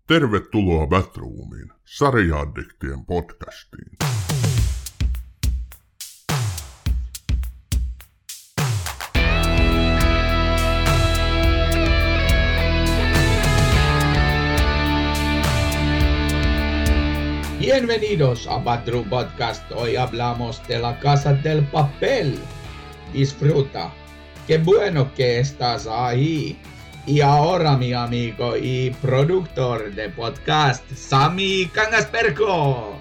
Tervetuloa Batroomiin, sarja-addiktien podcastiin. Bienvenidos a Batroom Podcast. Hoy hablamos de La Casa del Papel. Disfruta. Qué bueno que estás ahí. Y ahora mi amigo y productor de podcast, Sami Kangasperko.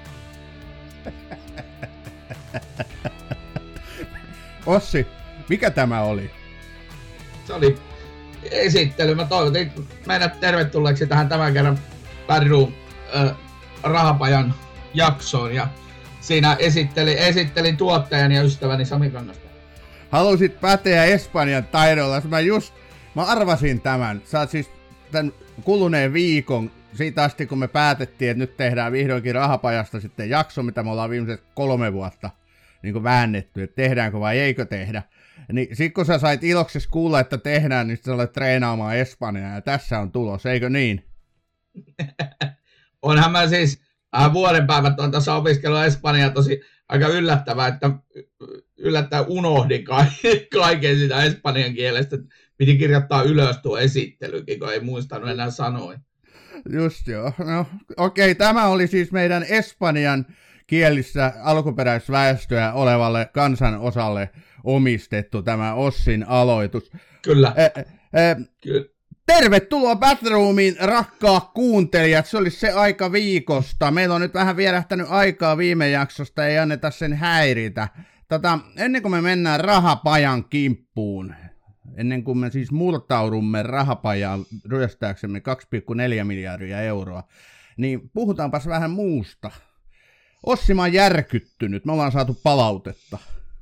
Ossi, mikä tämä oli? Se oli esittely. Mä toivotin meidät tervetulleeksi tähän tämän kerran Batroom Rahapajan jaksoon. Ja siinä esittelin tuottajan ja ystäväni Sami Kangasperko. Halusit päteä Espanjan taidolla. Mä arvasin tämän. Sä oot siis tämän kuluneen viikon, siitä asti kun me päätettiin, että nyt tehdään vihdoinkin Rahapajasta sitten jakso, mitä me ollaan viimeiset 3 vuotta niin kuin väännetty, että tehdäänkö vai eikö tehdä. Niin sit kun sä sait iloksesi kuulla, että tehdään, niin sä olet treenaamaan Espanjaa ja tässä on tulos, eikö niin? Onhan mä siis vuoden päivät on tässä opiskellut Espanjaa tosi aika yllättävää, että yllättäen unohdin kaiken sitä espanjan kielestä. Piti kirjoittaa ylös tuo esittelykin, kun ei muistanut enää sanoa. Just joo. No, okei, tämä oli siis meidän espanjan kielissä alkuperäisväestöä olevalle kansanosalle omistettu tämä Ossin aloitus. Kyllä. Kyllä. Tervetuloa Batroomiin, rakkaat kuuntelijat. Se olisi se aika viikosta. Meillä on nyt vähän vierähtänyt aikaa viime jaksosta, ei anneta sen häiritä. Ennen kuin me mennään Rahapajan kimppuun, ennen kuin me siis murtaudumme Rahapajaan ryöstääksemme 2,4 miljardia euroa, niin puhutaanpas vähän muusta. Ossi, mä oon järkyttynyt. Me ollaan saatu palautetta.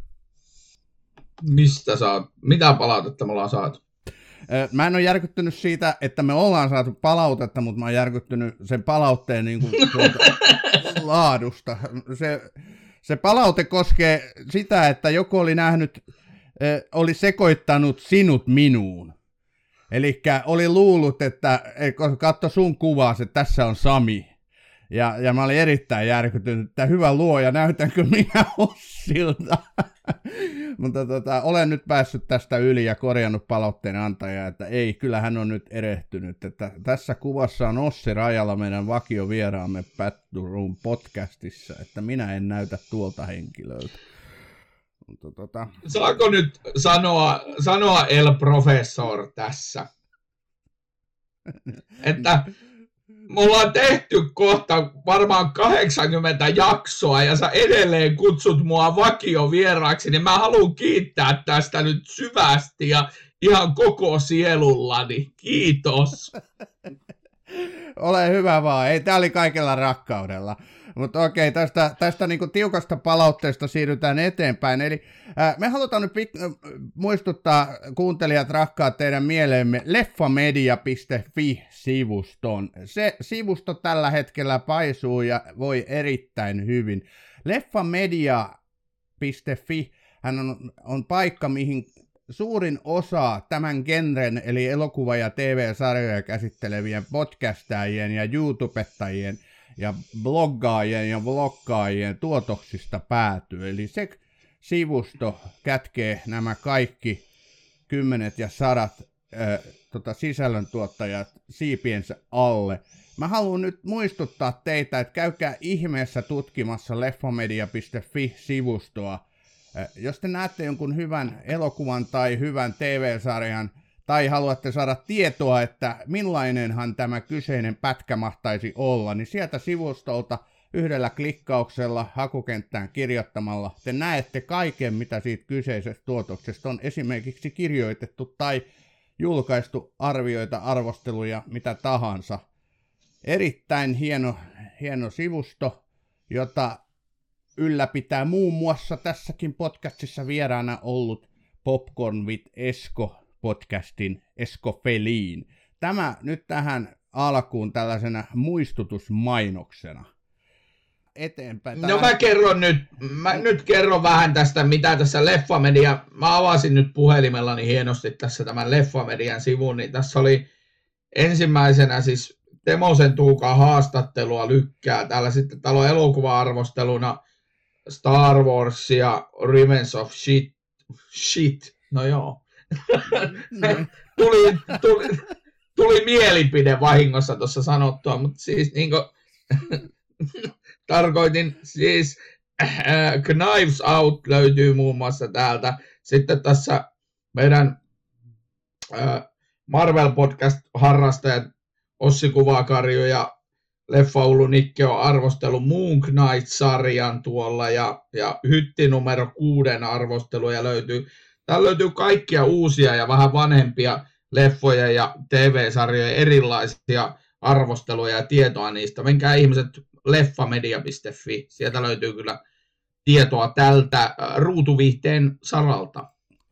Mitä palautetta me ollaan saatu? Mä en ole järkyttynyt siitä, että me ollaan saatu palautetta, mutta mä oon järkyttynyt sen palautteen niin kuin laadusta. Se palaute koskee sitä, että joku oli sekoittanut sinut minuun. Elikkä oli luullut, että katso sun kuvaasi, että tässä on Sami. Ja mä olin erittäin järkyttynyt, että hyvä luoja, näytänkö minä Ossilta. Mutta olen nyt päässyt tästä yli ja korjannut palautteen antajaa, että ei, kyllä hän on nyt erehtynyt. Että tässä kuvassa on Ossi Rajala, meidän vakiovieraamme Batroom podcastissa, että minä en näytä tuolta henkilöltä. Saako nyt sanoa El Professor tässä? Että me ollaan tehty kohta varmaan 80 jaksoa ja sä edelleen kutsut mua vakiovieraaksi, niin mä haluan kiittää tästä nyt syvästi ja ihan koko sielullani. Kiitos. Ole hyvä vaan, ei tää oli kaikella rakkaudella. Mutta okei, tästä niinku tiukasta palautteesta siirrytään eteenpäin. Eli me halutaan nyt muistuttaa kuuntelijat rakkaat teidän mieleemme leffamedia.fi-sivustoon. Se sivusto tällä hetkellä paisuu ja voi erittäin hyvin. Leffamedia.fi on paikka, mihin suurin osa tämän genren, eli elokuva- ja TV-sarjoja käsittelevien podcastajien ja YouTubettajien ja bloggaajien ja vloggaajien tuotoksista päätyy. Eli se sivusto kätkee nämä kaikki 10 ja 100 sisällöntuottajat siipiensä alle. Mä haluan nyt muistuttaa teitä, että käykää ihmeessä tutkimassa leffamedia.fi-sivustoa. Jos te näette jonkun hyvän elokuvan tai hyvän TV-sarjan, tai haluatte saada tietoa, että millainenhan tämä kyseinen pätkä mahtaisi olla, niin sieltä sivustolta yhdellä klikkauksella hakukenttään kirjoittamalla te näette kaiken, mitä siitä kyseisestä tuotoksesta on esimerkiksi kirjoitettu tai julkaistu arvioita, arvosteluja, mitä tahansa. Erittäin hieno sivusto, jota ylläpitää muun muassa tässäkin podcastissa vieraana ollut Popcorn with Esko podcastin Esko Feliin. Tämä nyt tähän alkuun tällaisena muistutusmainoksena. Eteenpäin. No mä nyt kerron vähän tästä, mitä tässä Leffamedia, mä avasin nyt puhelimellani hienosti tässä tämän Leffamedian sivun, niin tässä oli ensimmäisenä siis Temosen Tuukan haastattelua lykkää. Täällä on elokuva-arvosteluna Star Wars ja Revenge of Shit. No joo. tuli mielipide vahingossa tuossa sanottua, mutta siis niinku tarkoitin siis Knives Out löytyy muun muassa täältä. Sitten tässä meidän Marvel-podcast-harrastajat Ossi Kuvakarju ja Leffaullu Nikke on arvostellut Moon Knight-sarjan tuolla ja Hytti numero 6 arvosteluja löytyy. Täällä löytyy kaikkia uusia ja vähän vanhempia leffoja ja TV-sarjoja, erilaisia arvosteluja ja tietoa niistä. Menkää ihmiset leffamedia.fi, sieltä löytyy kyllä tietoa tältä ruutuviihteen saralta.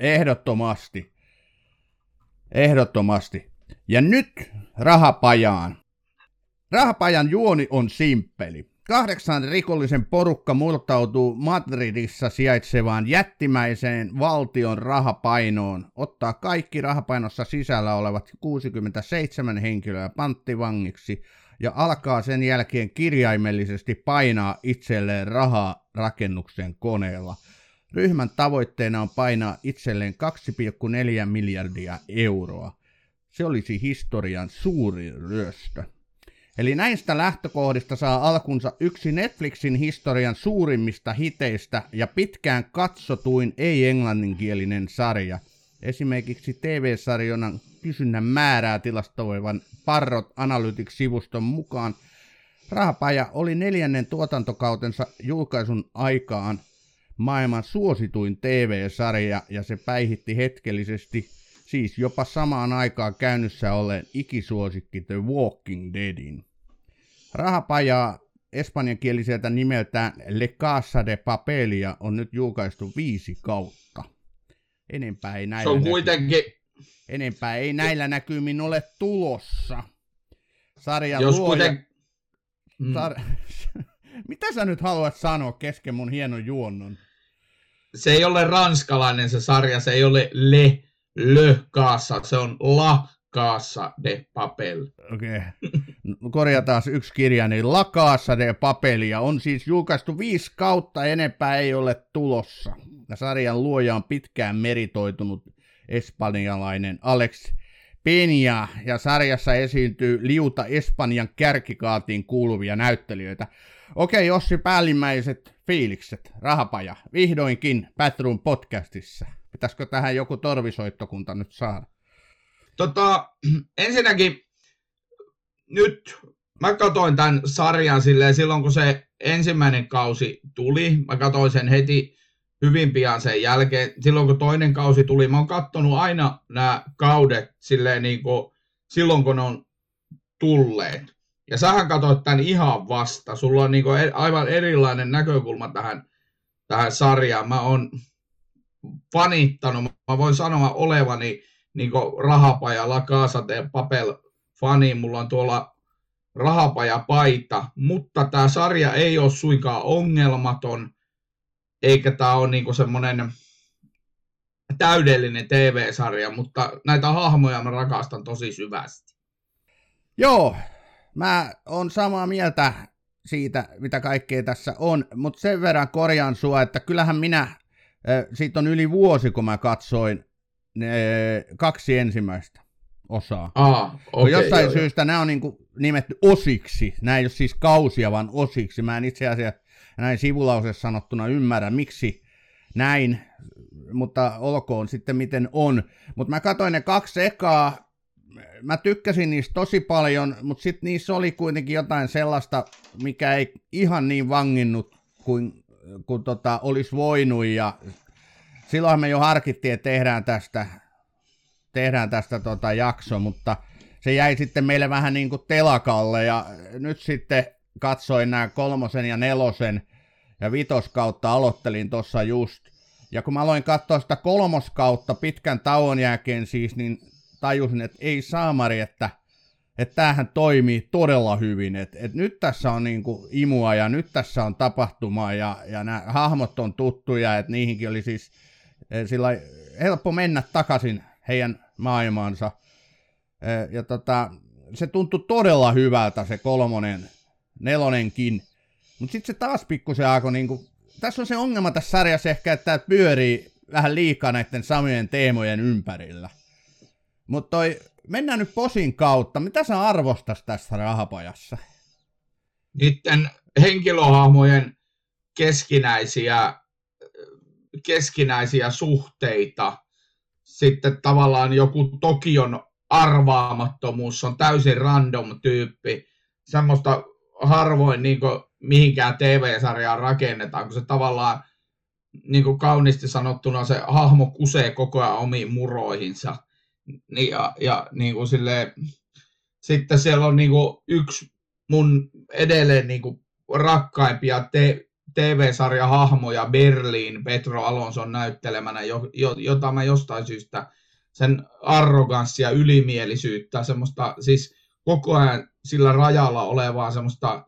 Ehdottomasti. Ja nyt Rahapajaan. Rahapajan juoni on simppeli. 8 rikollisen porukka murtautuu Madridissa sijaitsevaan jättimäiseen valtion rahapainoon, ottaa kaikki rahapainossa sisällä olevat 67 henkilöä panttivangiksi ja alkaa sen jälkeen kirjaimellisesti painaa itselleen rahaa rakennuksen koneella. Ryhmän tavoitteena on painaa itselleen 2,4 miljardia euroa. Se olisi historian suurin ryöstö. Eli näistä lähtökohdista saa alkunsa yksi Netflixin historian suurimmista hiteistä ja pitkään katsotuin ei-englanninkielinen sarja. Esimerkiksi TV-sarjonan kysynnän määrää tilastoivan Parrot Analytics-sivuston mukaan Rahapaja oli 4. tuotantokautensa julkaisun aikaan maailman suosituin TV-sarja ja se päihitti hetkellisesti siis jopa samaan aikaan käynnissä olleen ikisuosikki The Walking Deadin. Rahapajaa espanjankieliseltä nimeltään Le Casa de Papelia on nyt julkaistu 5 kautta. Enempää ei näillä näkymin ole tulossa. Sarjan luoja... Mitä sä nyt haluat sanoa kesken mun hienon juonnon? Se ei ole ranskalainen se sarja, se ei ole Le Casa, se on La Casa de Papel. Okei. Korjataan yksi kirja, niin La Casa de Papelia on siis julkaistu 5 kautta, enempää ei ole tulossa. Ja sarjan luoja on pitkään meritoitunut espanjalainen Alex Peña, ja sarjassa esiintyy liuta Espanjan kärkikaatiin kuuluvia näyttelijöitä. Okei, Ossi, päällimmäiset fiilikset, Rahapaja, vihdoinkin Batroom podcastissa. Pitäisikö tähän joku torvisoittokunta nyt saada? Ensinnäkin nyt mä katsoin tämän sarjan silloin, kun se ensimmäinen kausi tuli. Mä katsoin sen heti hyvin pian sen jälkeen. Silloin, kun toinen kausi tuli, mä oon katsonut aina nämä kaudet niin kuin silloin, kun ne on tulleet. Ja sähän katsoit tämän ihan vasta. Sulla on niin kuin aivan erilainen näkökulma tähän sarjaan. Mä oon fanittanut. Mä voin sanoa olevani niin Rahapaja La Casa de Papel fani. Mulla on tuolla Rahapaja-paita, mutta tämä sarja ei ole suinkaan ongelmaton, eikä tämä ole niin semmoinen täydellinen TV-sarja, mutta näitä hahmoja mä rakastan tosi syvästi. Joo, mä oon samaa mieltä siitä, mitä kaikkea tässä on, mutta sen verran korjaan sua, että kyllähän siitä on yli vuosi, kun mä katsoin 2 ensimmäistä osaa. Okay, jostain syystä nämä on nimetty osiksi. Nämä ei ole siis kausia, vaan osiksi. Mä en itse asiassa näin sivulausessa sanottuna ymmärrä, miksi näin, mutta olkoon sitten miten on. Mutta mä katsoin ne 2 ekaa. Mä tykkäsin niistä tosi paljon, mutta sitten niissä oli kuitenkin jotain sellaista, mikä ei ihan niin vanginnut kuin olisi voinut. Ja silloin me jo harkittiin, että tehdään tästä jakso, mutta se jäi sitten meille vähän niin kuin telakalle, ja nyt sitten katsoin nämä 3. ja 4. ja 5. kautta aloittelin tuossa just, ja kun mä aloin katsoa sitä 3. kautta pitkän tauon jälkeen siis, niin tajusin, että ei saamari, että tämähän toimii todella hyvin, että nyt tässä on niin kuin imua, ja nyt tässä on tapahtumaa, ja nämä hahmot on tuttuja, että niihinkin oli siis sillä helppo mennä takaisin heidän maailmaansa. Ja se tuntui todella hyvältä se 3, 4:kin. Mutta sitten se taas pikkusen alkoi niinku, tässä on se ongelma tässä sarjassa ehkä, että tämä pyörii vähän liikaa näiden samojen teemojen ympärillä. Mutta mennään nyt posin kautta. Mitä sä arvostas tässä Rahapajassa? Niiden henkilöhahmojen keskinäisiä suhteita. Sitten tavallaan joku Tokion arvaamattomuus on täysin random tyyppi. Semmoista harvoin niin kuin mihinkään TV-sarjaan rakennetaan, kun se tavallaan niin kuin kauniisti sanottuna se hahmo kusee koko ajan omiin muroihinsa. Ja niin kuin silleen, sitten siellä on niin kuin yksi mun edelleen niin kuin rakkaimpia TV-sarjahahmoja, Berliin, Pedro Alonson näyttelemänä, jota mä jostain syystä sen arroganssia, ylimielisyyttä, semmoista siis koko ajan sillä rajalla olevaa semmoista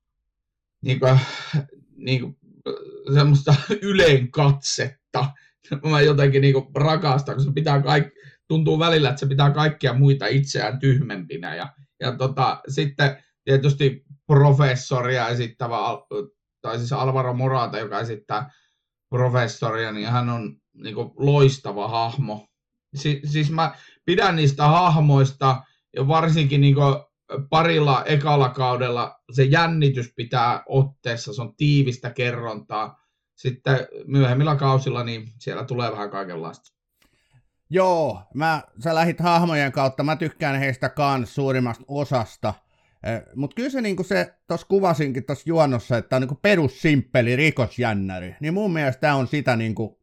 semmoista ylenkatsetta. Mä jotenkin rakastan, kun se pitää tuntuu välillä, että se pitää kaikkia muita itseään tyhmempinä. Ja sitten tietysti professoria esittävä, tai siis Alvaro Morata, joka esittää professoria, niin hän on loistava hahmo. Siis mä pidän niistä hahmoista, ja varsinkin parilla ekalla kaudella se jännitys pitää otteessa, se on tiivistä kerrontaa. Sitten myöhemmillä kausilla niin siellä tulee vähän kaikenlaista. Joo, sä lähit hahmojen kautta, mä tykkään heistä kans suurimmasta osasta. Mutta kyllä se tuossa kuvasinkin tuossa juonnossa, että on perussimppeli rikosjännäri. Niin mun mielestä tämä on sitä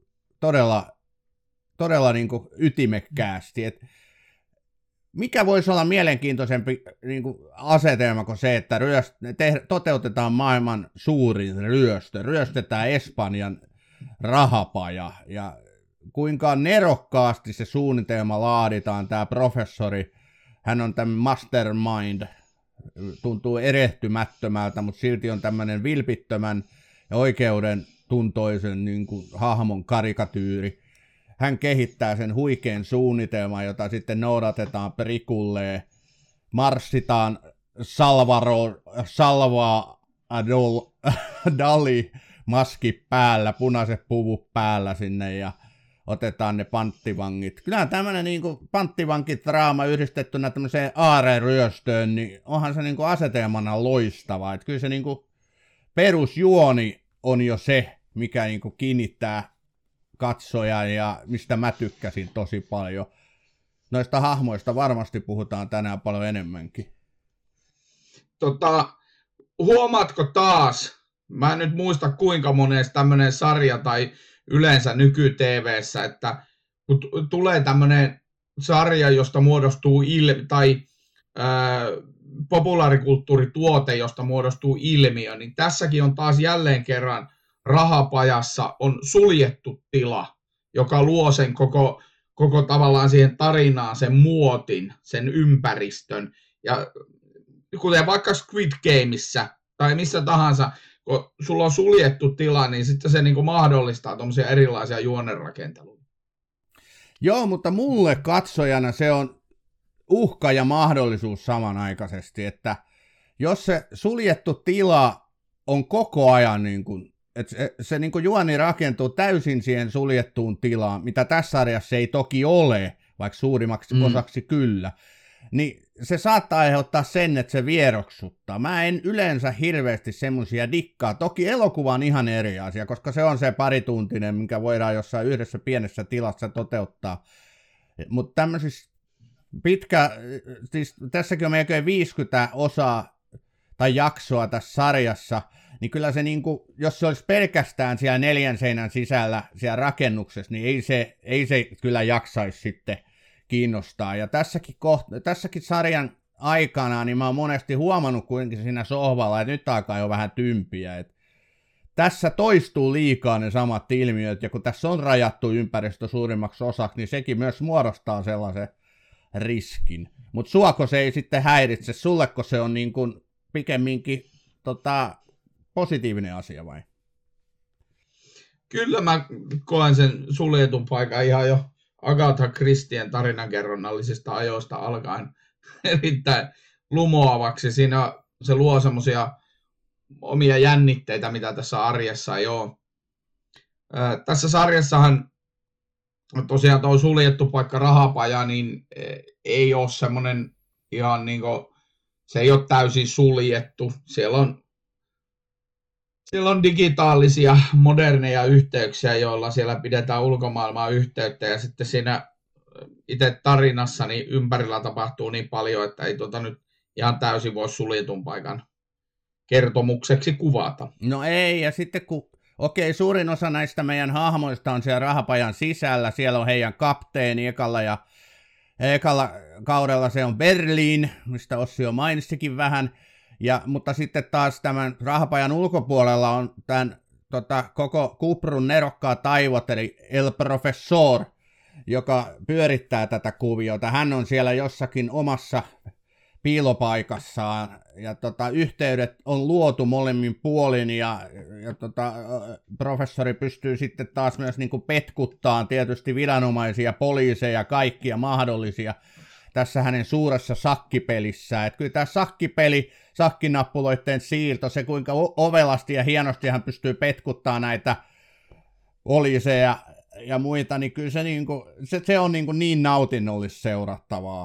todella ytimekkäästi. Et mikä voisi olla mielenkiintoisempi asetelma kuin se, että toteutetaan maailman suurin ryöstö. Ryöstetään Espanjan rahapaja. Ja kuinka nerokkaasti se suunnitelma laaditaan, tämä professori. Hän on tämmöinen mastermind. Tuntuu erehtymättömältä, mutta silti on tämmöinen vilpittömän ja oikeuden tuntoisen hahmon karikatyyri. Hän kehittää sen huikean suunnitelman, jota sitten noudatetaan perikulleen. Marssitaan Dali maski päällä, punaiset puvut päällä sinne ja otetaan ne panttivangit. Kyllähän tämmöinen panttivankidraama yhdistettynä tämmöiseen aareryöstöön, niin onhan se asetelmana loistava. Et kyllä se perusjuoni on jo se, mikä kiinnittää katsojan ja mistä mä tykkäsin tosi paljon. Noista hahmoista varmasti puhutaan tänään paljon enemmänkin. Huomaatko taas, mä en nyt muista kuinka monesti tämmöinen sarja tai yleensä nyky-TV:ssä, että kun tulee tämmöinen sarja, josta muodostuu populaarikulttuurituote, josta muodostuu ilmiö, niin tässäkin on taas jälleen kerran Rahapajassa on suljettu tila, joka luo sen koko tavallaan siihen tarinaan sen muotin, sen ympäristön. Ja kuten vaikka Squid Gameissa tai missä tahansa, kun sulla on suljettu tila, niin sitten se mahdollistaa tuommoisia erilaisia juonenrakenteluja. Joo, mutta mulle katsojana se on uhka ja mahdollisuus samanaikaisesti, että jos se suljettu tila on koko ajan, että se juoni rakentuu täysin siihen suljettuun tilaan, mitä tässä sarjassa ei toki ole, vaikka suurimmaksi osaksi kyllä, niin se saattaa aiheuttaa sen, että se vieroksuttaa. Mä en yleensä hirveästi semmoisia dikkaa. Toki elokuva on ihan eri asia, koska se on se parituntinen, minkä voidaan jossain yhdessä pienessä tilassa toteuttaa. Mutta tämmöisissä siis tässäkin on melkein 50 osaa tai jaksoa tässä sarjassa, niin kyllä se jos se olisi pelkästään siellä 4 seinän sisällä siellä rakennuksessa, niin ei se kyllä jaksaisi sitten kiinnostaa. Ja tässäkin sarjan aikana niin mä oon monesti huomannut kuitenkin siinä sohvalla, että nyt alkaa jo vähän tympiä. Että tässä toistuu liikaa ne samat ilmiöt, ja kun tässä on rajattu ympäristö suurimmaksi osaksi, niin sekin myös muodostaa sellaisen riskin. Mutta suako se ei sitten häiritse, sulleko se on pikemminkin positiivinen asia vai? Kyllä mä koen sen suljetun paikan ihan jo Agatha Christien tarinankerronnallisista ajoista alkaen erittäin lumoavaksi. Siinä se luo semmoisia omia jännitteitä, mitä tässä arjessa ei ole. Tässä sarjassahan tosiaan tuo suljettu paikka Rahapaja, niin ei ole semmoinen ihan niin kuin, se ei ole täysin suljettu. Siellä on digitaalisia, moderneja yhteyksiä, joilla siellä pidetään ulkomaailmaan yhteyttä, ja sitten siinä itse tarinassa niin ympärillä tapahtuu niin paljon, että ei nyt ihan täysin voi suljetun paikan kertomukseksi kuvata. No ei, ja sitten kun okei, suurin osa näistä meidän hahmoista on siellä Rahapajan sisällä, siellä on heidän kapteeni ekalla kaudella se on Berliin, mistä Ossi jo mainitsikin vähän, mutta sitten taas tämän Rahapajan ulkopuolella on tämän koko Kuprun nerokkaat aivot, eli El Professor, joka pyörittää tätä kuviota. Hän on siellä jossakin omassa piilopaikassaan, ja yhteydet on luotu molemmin puolin, ja professori pystyy sitten taas myös niin kuin petkuttaan tietysti viranomaisia, poliiseja, kaikkia mahdollisia tässä hänen suuressa sakkipelissä. Että kyllä tämä sakkipeli, sakkinappuloiden siirto, se kuinka ovelasti ja hienosti hän pystyy petkuttaa näitä poliiseja ja muita, niin kyllä se on niin nautinnollista seurattavaa.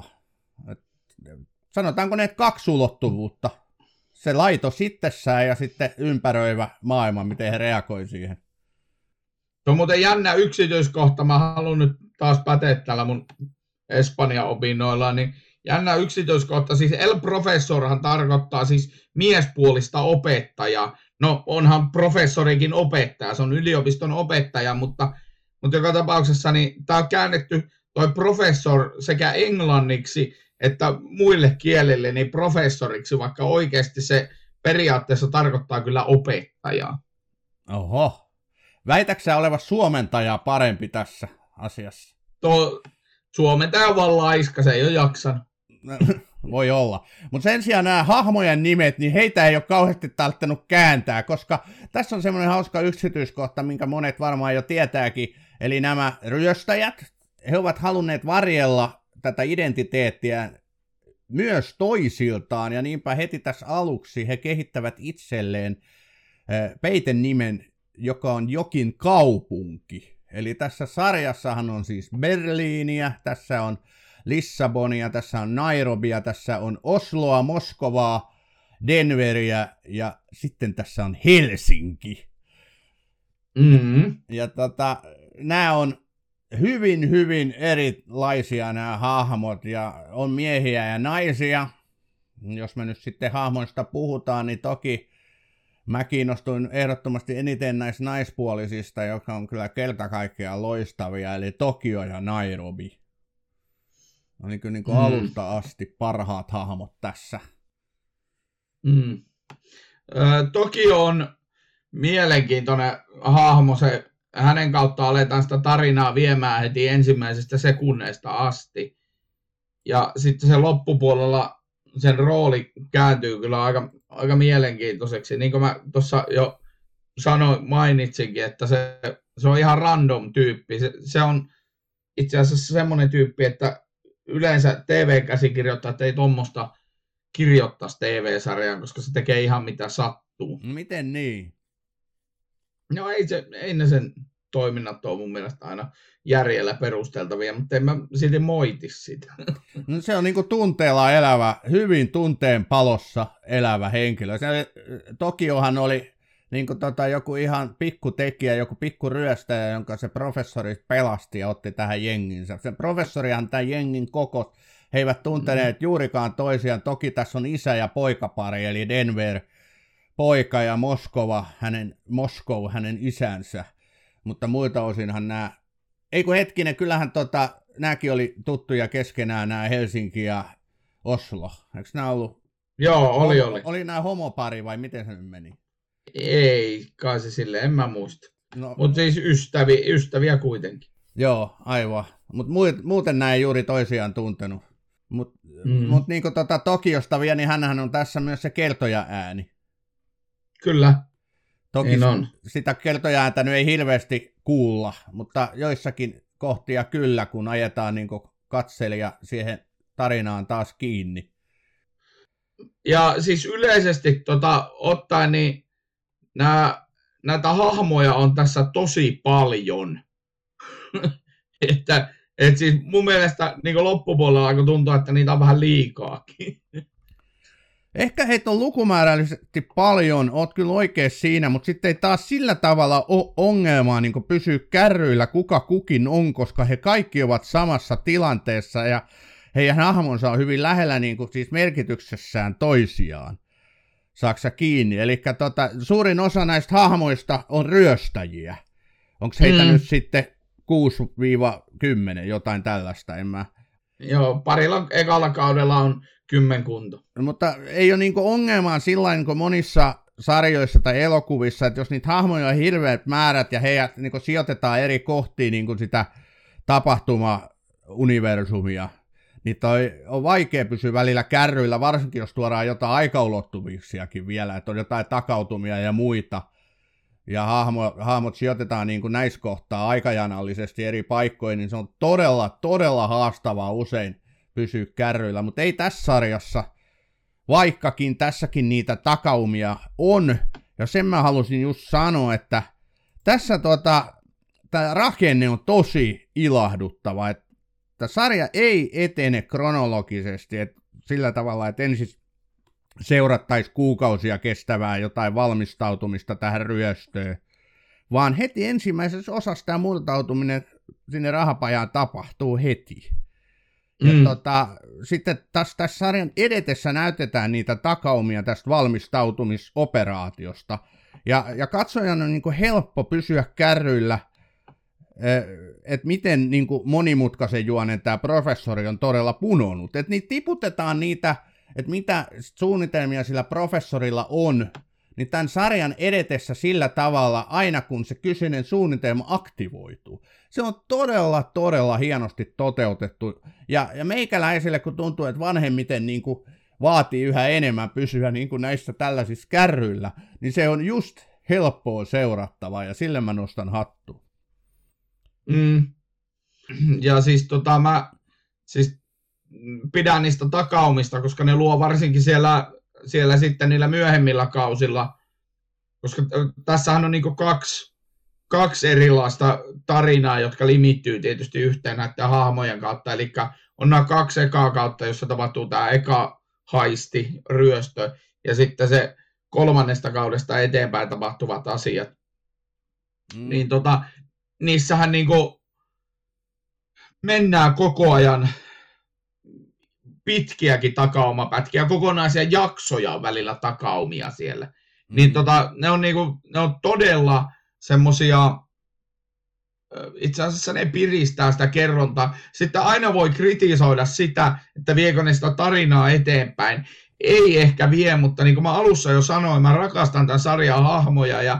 Sanotaanko ne kaksi ulottuvuutta? Se laito itsessään ja sitten ympäröivä maailma, miten he reagoi siihen. Se on muuten jännä yksityiskohta. Mä haluan nyt taas päteä täällä mun Espanjan opinnoilla. Niin jännä yksityiskohta. Siis El Professorhan tarkoittaa siis miespuolista opettajaa. No onhan professorikin opettaja. Se on yliopiston opettaja, mutta joka tapauksessa niin tää on käännetty toi professor sekä englanniksi että muille kielille niin professoriksi, vaikka oikeasti se periaatteessa tarkoittaa kyllä opettajaa. Oho. Väitätkö sä oleva suomentaja parempi tässä asiassa? Suomentaja on vaan laiska, se ei ole jaksanut. Voi olla. Mutta sen sijaan nämä hahmojen nimet, niin heitä ei ole kauheasti tarvinnut kääntää, koska tässä on semmoinen hauska yksityiskohta, minkä monet varmaan jo tietääkin. Eli nämä ryöstäjät, he ovat halunneet varjella tätä identiteettiä myös toisiltaan, ja niinpä heti tässä aluksi he kehittävät itselleen peitenimen, joka on jokin kaupunki. Eli tässä sarjassahan on siis Berliiniä, tässä on Lissabonia, tässä on Nairobia, tässä on Osloa, Moskovaa, Denveriä ja sitten tässä on Helsinki. Mm-hmm. Ja nämä on hyvin erilaisia nämä hahmot ja on miehiä ja naisia. Jos me nyt sitten hahmoista puhutaan, niin toki mä kiinnostuin ehdottomasti eniten näistä naispuolisista, jotka on kyllä kerta kaikkiaan loistavia, eli Tokio ja Nairobi. Oli kyllä niin kuin alusta asti parhaat hahmot tässä. Tokio on mielenkiintoinen hahmo, hänen kautta aletaan sitä tarinaa viemään heti ensimmäisestä sekunneista asti. Ja sitten se loppupuolella sen rooli kääntyy kyllä aika mielenkiintoiseksi. Niin kuin mä tuossa jo mainitsinkin, että se on ihan random tyyppi. Se on itse asiassa semmoinen tyyppi, että yleensä TV-käsikirjoittajat ei tuommoista kirjoittaisi TV-sarjaan, koska se tekee ihan mitä sattuu. Miten niin? No ei ne sen toiminnat ole mun mielestä aina järjellä perusteltavia, mutta en mä silti moiti sitä. No se on niinku tunteella elävä, hyvin tunteen palossa elävä henkilö. Tokiohan oli niinku joku ihan pikkutekijä, joku pikkuryöstäjä, jonka se professori pelasti ja otti tähän jenginsä. Se professorihan tämän jengin koko, he eivät tunteneet juurikaan toisiaan. Toki tässä on isä ja poikapari, eli Denver poika ja Moskova hänen isänsä. Mutta muilta osinhan nämä, kyllähän nämäkin oli tuttuja keskenään, nämä Helsinki ja Oslo. Eikö nämä ollut? Joo, oli. Oli nämä homopari vai miten se nyt meni? Ei, kai se silleen, en mä muista. No, mutta siis ystäviä kuitenkin. Joo, aivan. Mutta muuten näin juuri toisiaan tuntenut. Mutta niin kuin Tokiosta vielä, niin hänhän on tässä myös se kertoja ääni. Kyllä. Toki sitä kertojaääntä nyt ei hirveästi kuulla, mutta joissakin kohtia kyllä, kun ajetaan niin katselija siihen tarinaan taas kiinni. Ja siis yleisesti ottaen, niin näitä hahmoja on tässä tosi paljon. että siis mun mielestä niin loppupuolella alkoi tuntua, että niitä on vähän liikaakin. Ehkä heitä on lukumäärällisesti paljon, oot kyllä oikein siinä, mutta sitten ei taas sillä tavalla ole ongelmaa niin pysyä kärryillä kuka kukin on, koska he kaikki ovat samassa tilanteessa ja heidän hahmonsa on hyvin lähellä niin kuin siis merkityksessään toisiaan. Saaksa kiinni? Eli suurin osa näistä hahmoista on ryöstäjiä. Onko heitä nyt sitten 6-10, jotain tällaista, en mä... Joo, parilla ekalla kaudella on 10. Mutta ei ole niinku ongelmaa sillain kuin monissa sarjoissa tai elokuvissa, että jos niitä hahmoja on hirveät määrät ja heidät niinku sijoitetaan eri kohtiin niinku sitä tapahtuma-universumia, niin on vaikea pysyä välillä kärryillä, varsinkin jos tuodaan jotain aikaulottuvuuksiakin vielä, että on jotain takautumia ja muita. Ja hahmot sijoitetaan niin kuin näissä kohtaa aikajanallisesti eri paikkoihin, niin se on todella haastavaa usein pysyä kärryillä. Mutta ei tässä sarjassa, vaikkakin tässäkin niitä takaumia on. Ja sen mä halusin just sanoa, että tässä tämä rakenne on tosi ilahduttava. Että sarja ei etene kronologisesti sillä tavalla, että ensin seurattaisi kuukausia kestävää jotain valmistautumista tähän ryöstöön, vaan heti ensimmäisessä osassa tämä murtautuminen sinne rahapajaan tapahtuu heti. Ja sitten tässä sarjan edetessä näytetään niitä takaumia tästä valmistautumisoperaatiosta, ja katsojan on niin kuin helppo pysyä kärryillä, että miten niin kuin monimutkaisen juonen tämä professori on todella punonut. Että niitä tiputetaan niitä, että mitä suunnitelmia sillä professorilla on, niin tämän sarjan edetessä sillä tavalla, aina kun se kyseinen suunnitelma aktivoituu. Se on todella hienosti toteutettu. Ja meikäläisille, kun tuntuu, että vanhemmiten niin kuin vaatii yhä enemmän pysyä niin kuin näissä tällaisissa kärryillä, niin se on just helppoa seurattavaa, ja sille mä nostan hattua. Ja siis mä pidän niistä takaumista, koska ne luo varsinkin siellä sitten niillä myöhemmillä kausilla, koska tässähän on niinku kaksi erilaista tarinaa, jotka limittyy tietysti yhteen näiden hahmojen kautta, eli on nämä 2 ekaa kautta, jossa tapahtuu tämä eka haisti, ryöstö, ja sitten se 3. kaudesta eteenpäin tapahtuvat asiat. Niin niissähän niinku mennään koko ajan pitkiäkin takaumapätkiä, kokonaisia jaksoja on välillä takaumia siellä. Niin ne on todella semmosia, itse asiassa ne piristää sitä kerrontaa. Sitten aina voi kritisoida sitä, että viekö ne sitä tarinaa eteenpäin. Ei ehkä vie, mutta niin kuin mä alussa jo sanoin, mä rakastan tämän sarjan hahmoja ja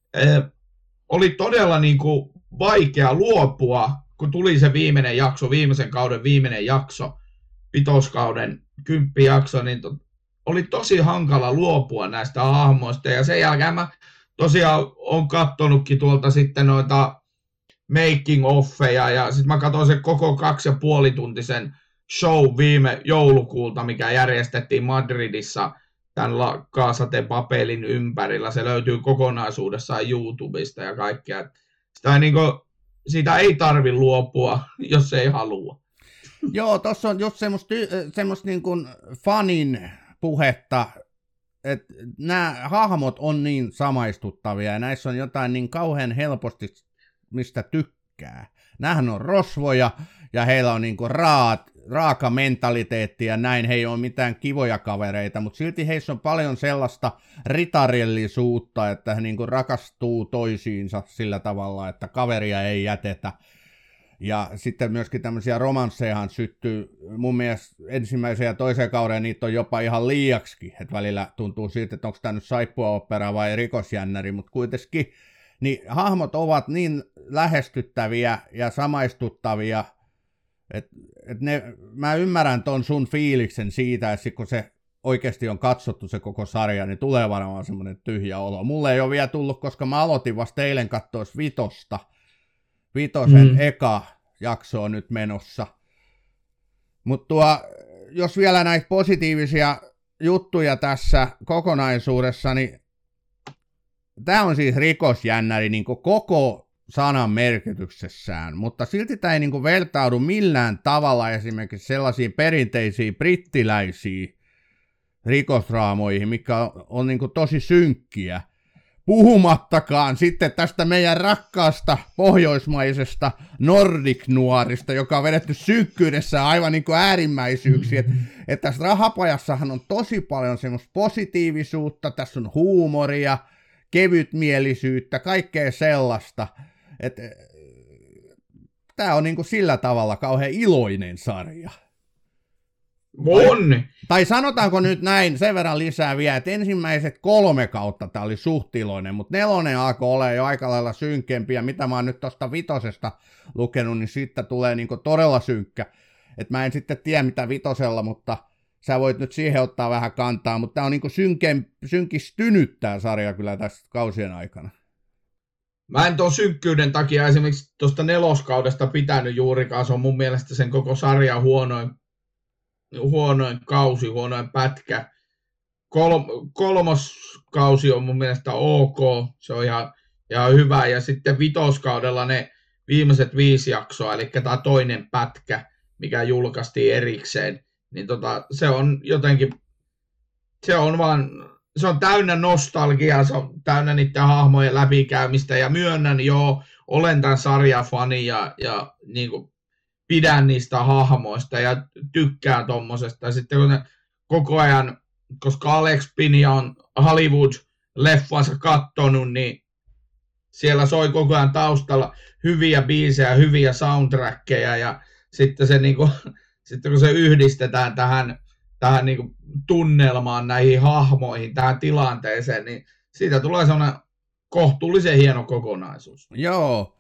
oli todella niin kuin vaikea luopua, kun tuli se viimeinen jakso, viimeisen kauden viimeinen jakso, 5. kauden 10 jakso, niin oli tosi hankala luopua näistä hahmoista. Ja sen jälkeen mä tosiaan olen katsonutkin tuolta sitten noita making offeja, ja sitten mä katsoin sen koko 2,5-tuntisen show viime joulukuulta, mikä järjestettiin Madridissa tämän La Casa de Papelin ympärillä. Se löytyy kokonaisuudessaan YouTubesta ja kaikkea. Siitä ei tarvi luopua, jos ei halua. Joo, tuossa on just semmoista niin kuin fanin puhetta, että nämä hahmot on niin samaistuttavia ja näissä on jotain niin kauhean helposti, mistä tykkää. Nämähän on rosvoja ja heillä on niin kuin raaka mentaliteetti ja näin, he ei ole mitään kivoja kavereita, mutta silti heissä on paljon sellaista ritarillisuutta, että he niin kuin rakastuu toisiinsa sillä tavalla, että kaveria ei jätetä. Ja sitten myöskin tämmöisiä romanssejahan syttyy, mun mielestä ensimmäisen ja toisen kauden niitä on jopa ihan liiaksikin, että välillä tuntuu siltä, että onko tämä nyt saippua-opera vai rikosjännäri, mutta kuitenkin niin hahmot ovat niin lähestyttäviä ja samaistuttavia, että mä ymmärrän ton sun fiiliksen siitä, että kun se oikeasti on katsottu se koko sarja, niin tulee varmaan semmoinen tyhjä olo. Mulle ei ole vielä tullut, koska mä aloitin vasta eilen katsoa 5. Eka jakso on nyt menossa. Mutta jos vielä näitä positiivisia juttuja tässä kokonaisuudessa, niin tämä on siis rikosjännäri niin koko sanan merkityksessään, mutta silti tämä ei niin vertaudu millään tavalla esimerkiksi sellaisiin perinteisiin brittiläisiin rikosraamoihin, mikä on niin tosi synkkiä. Puhumattakaan sitten tästä meidän rakkaasta pohjoismaisesta Nordic-nuorista, joka on vedetty synkkyydessä aivan niin kuin äärimmäisyyksiin. Että tässä Rahapajassahan on tosi paljon semmoista positiivisuutta, tässä on huumoria, kevytmielisyyttä, kaikkea sellaista. Tämä on niin kuin sillä tavalla kauhean iloinen sarja. On. Tai sanotaanko nyt näin, sen verran lisää vielä, että ensimmäiset 3 kautta tämä oli suht iloinen, mutta 4 alkoi olla jo aika lailla synkkempi, ja mitä mä oon nyt tuosta 5 lukenut, niin siitä tulee niinku todella synkkä. Että mä en sitten tiedä mitä 5, mutta sä voit nyt siihen ottaa vähän kantaa, mutta tämä on niinku synkistynyt tämä sarja kyllä tässä kausien aikana. Mä en tuon synkkyyden takia esimerkiksi tuosta 4. kaudesta pitänyt juurikaan, se on mun mielestä sen koko sarjan huonoin kausi, huonoin pätkä. 3. kausi on mun mielestä ok, se on ihan hyvä, ja sitten 5. kaudella ne viimeiset 5 jaksoa, eli tämä toinen pätkä, mikä julkaistiin erikseen, niin se on jotenkin, se on täynnä nostalgiaa, se on täynnä niiden hahmojen läpikäymistä, ja myönnän olen tämän sarjan fani, ja niin kuin pidän niistä hahmoista ja tykkään tommosesta. Ja sitten kun ne koko ajan, koska Alex Pinia on Hollywood-leffansa kattonut, niin siellä soi koko ajan taustalla hyviä biisejä, hyviä soundtrackeja, ja sitten se niinku, sitten kun se yhdistetään tähän niinku tunnelmaan, näihin hahmoihin, tähän tilanteeseen, niin siitä tulee sellainen kohtuullisen hieno kokonaisuus. Joo.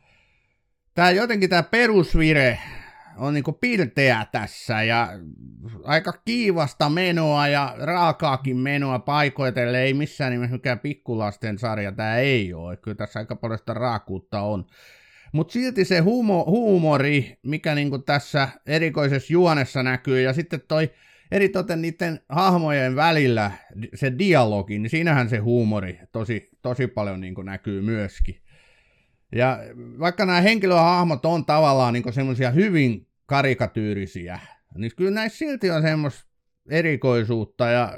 Tämä perusvire on niinku pilteä tässä ja aika kiivasta menoa ja raakaakin menoa paikoitelle, ei missään nimessä mikään pikkulasten sarja, tämä ei ole, kyllä tässä aika paljon sitä raakuutta on. Mutta silti se huumori, mikä niinku tässä erikoisessa juonessa näkyy, ja sitten toi eritoten niiden hahmojen välillä se dialogi, niin siinähän se huumori tosi paljon niinku näkyy myöskin. Ja vaikka nämä henkilöhahmot on tavallaan niinku semmoisia hyvin karikatyyrisiä, niin kyllä näissä silti on semmoista erikoisuutta ja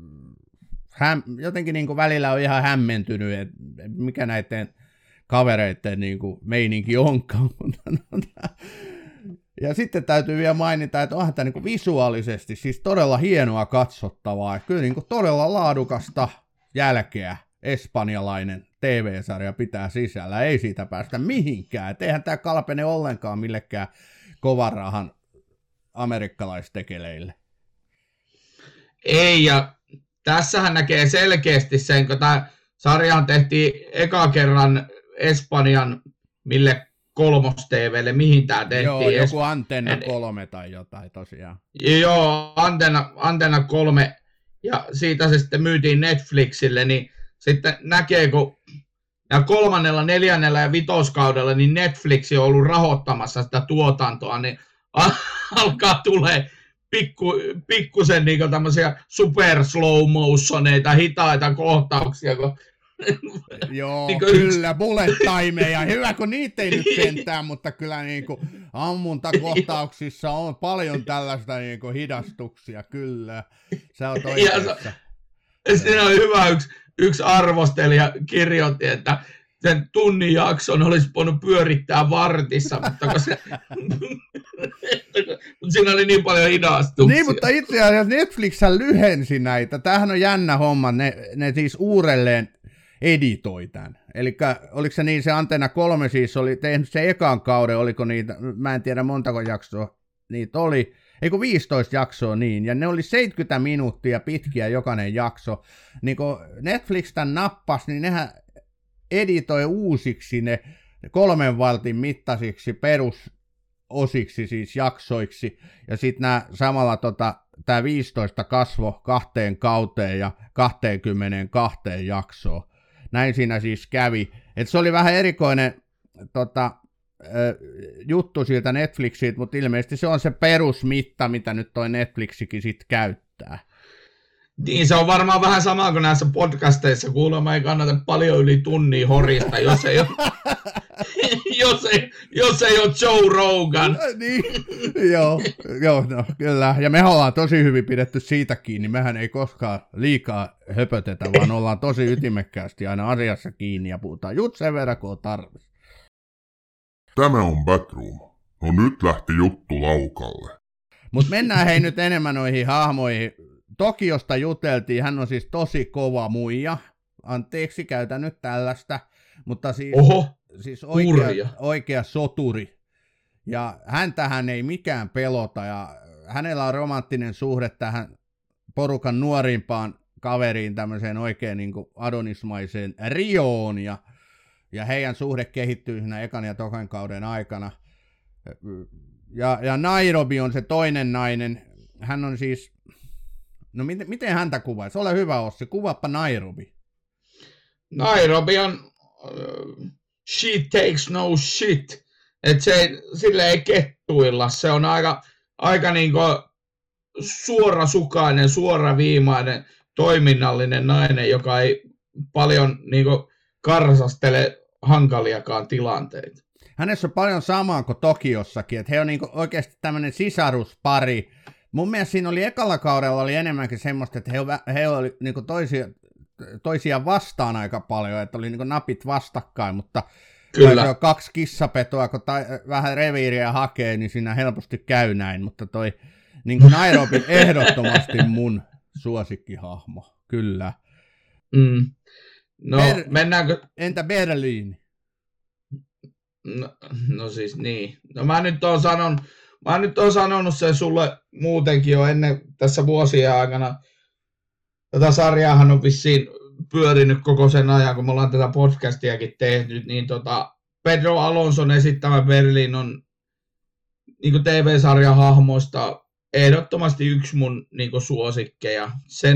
jotenkin niinku välillä on ihan hämmentynyt, että mikä näiden kavereiden niinku meininki onkaan. Ja sitten täytyy vielä mainita, että onhan tämä niinku visuaalisesti siis todella hienoa katsottavaa. Ja kyllä niinku todella laadukasta jälkeä espanjalainen TV-sarja pitää sisällä. Ei siitä päästä mihinkään. Et eihän tämä kalpene ollenkaan millekään kovan rahan amerikkalaistekeleille. Ei, ja tässähän näkee selkeästi sen, kun tämä sarjahan tehtiin eka kerran Espanjan, mille 3-TVlle, mihin tämä tehtiin. Joo, joku Antenna 3 tai jotain tosiaan. Joo, Antenna 3, ja siitä se sitten myytiin Netflixille, niin sitten näkee, kun 3., 4. ja 5. kaudella, niin Netflix on ollut rahoittamassa sitä tuotantoa, niin alkaa tulee pikkusen niinku tämmöisiä super slow motioneita, hitaita kohtauksia, kun joo, niin kyllä, bullet timeja. Hyvä, kun niitä ei nyt sentään, mutta kyllä niinku ammuntakohtauksissa on paljon tällaista niinku hidastuksia, kyllä. Sä oot oikeassa. Siinä on hyvä yksi arvostelija kirjoitti, että sen tunnin jakson olisi voinut pyörittää vartissa, mutta siinä oli niin paljon hidastuksia. Niin, mutta itse asiassa Netflix lyhensi näitä. Tämähän on jännä homma, ne siis uudelleen editoi tämän. Eli oliko se niin, se Antenna 3 siis oli tehnyt se ekan kauden, oliko niitä, mä en tiedä montako jaksoa niitä oli, eikö 15 jaksoa niin, ja ne oli 70 minuuttia pitkiä jokainen jakso. Niin kun Netflix tämän nappasi, niin nehän editoi uusiksi ne 3 vartin mittaisiksi perusosiksi, siis jaksoiksi, ja sitten nämä samalla tämä 15 kasvo 2 kauteen ja 22 jaksoon. Näin siinä siis kävi. Et se oli vähän erikoinen juttu siltä Netflixiltä, mutta ilmeisesti se on se perusmitta, mitä nyt toi Netflixikin sit käyttää. Niin, se on varmaan vähän sama kuin näissä podcasteissa, kuulemma ei kannata paljon yli tunnia horista, jos ei ole, jos ei ole Joe Rogan. Niin, joo, no, kyllä. Ja me ollaan tosi hyvin pidetty siitä kiinni. Mehän ei koskaan liikaa höpötetä, vaan ollaan tosi ytimekkäästi aina asiassa kiinni ja puhutaan just sen verran, kun on tarvis. Tämä on Batroom. No nyt lähti juttu laukalle. Mutta mennään hei nyt enemmän noihin hahmoihin. Tokiosta juteltiin, hän on siis tosi kova muija. Anteeksi, käytän nyt tällaista. Mutta siis oikea soturi. Ja häntähän ei mikään pelota. Ja hänellä on romanttinen suhde tähän porukan nuorimpaan kaveriin, tämmöiseen oikein niin kuin adonismaiseen Rioon. Ja heidän suhde kehittyy siinä ekan ja tokan kauden aikana. Ja Nairobi on se toinen nainen. Hän on siis... No miten häntä kuvaisi? Ole hyvä, Ossi. Kuvaappa Nairobi. Nairobi on... she takes no shit. Että sille ei kettuilla. Se on aika niinku suorasukainen, suoraviimainen, toiminnallinen nainen, joka ei paljon niinku karsastele hankaliakaan tilanteita. Hänessä on paljon samaa kuin Tokiossakin, että he on niinku oikeasti tämmöinen sisaruspari. Mun mielestä siinä oli ekalla kaudella oli enemmänkin semmoista, että he oli niinku toisia vastaan aika paljon, että oli niinku napit vastakkain, mutta kyllä. On 2 kissapetoa, kun vähän reviiriä hakee, niin siinä helposti käy näin, mutta toi niinku Nairobi ehdottomasti mun suosikkihahmo, kyllä. No, mennäänkö... Entä Berliini? No siis niin. No mä nyt oon sanonut sen sulle muutenkin jo ennen tässä vuosien aikana. Tätä sarjaahan on vissiin pyörinyt koko sen ajan, kun me ollaan tätä podcastiakin tehnyt, niin Pedro Alonson esittämä Berlin on niin kuin TV-sarjan hahmoista ehdottomasti yksi mun niin kuin suosikkeja.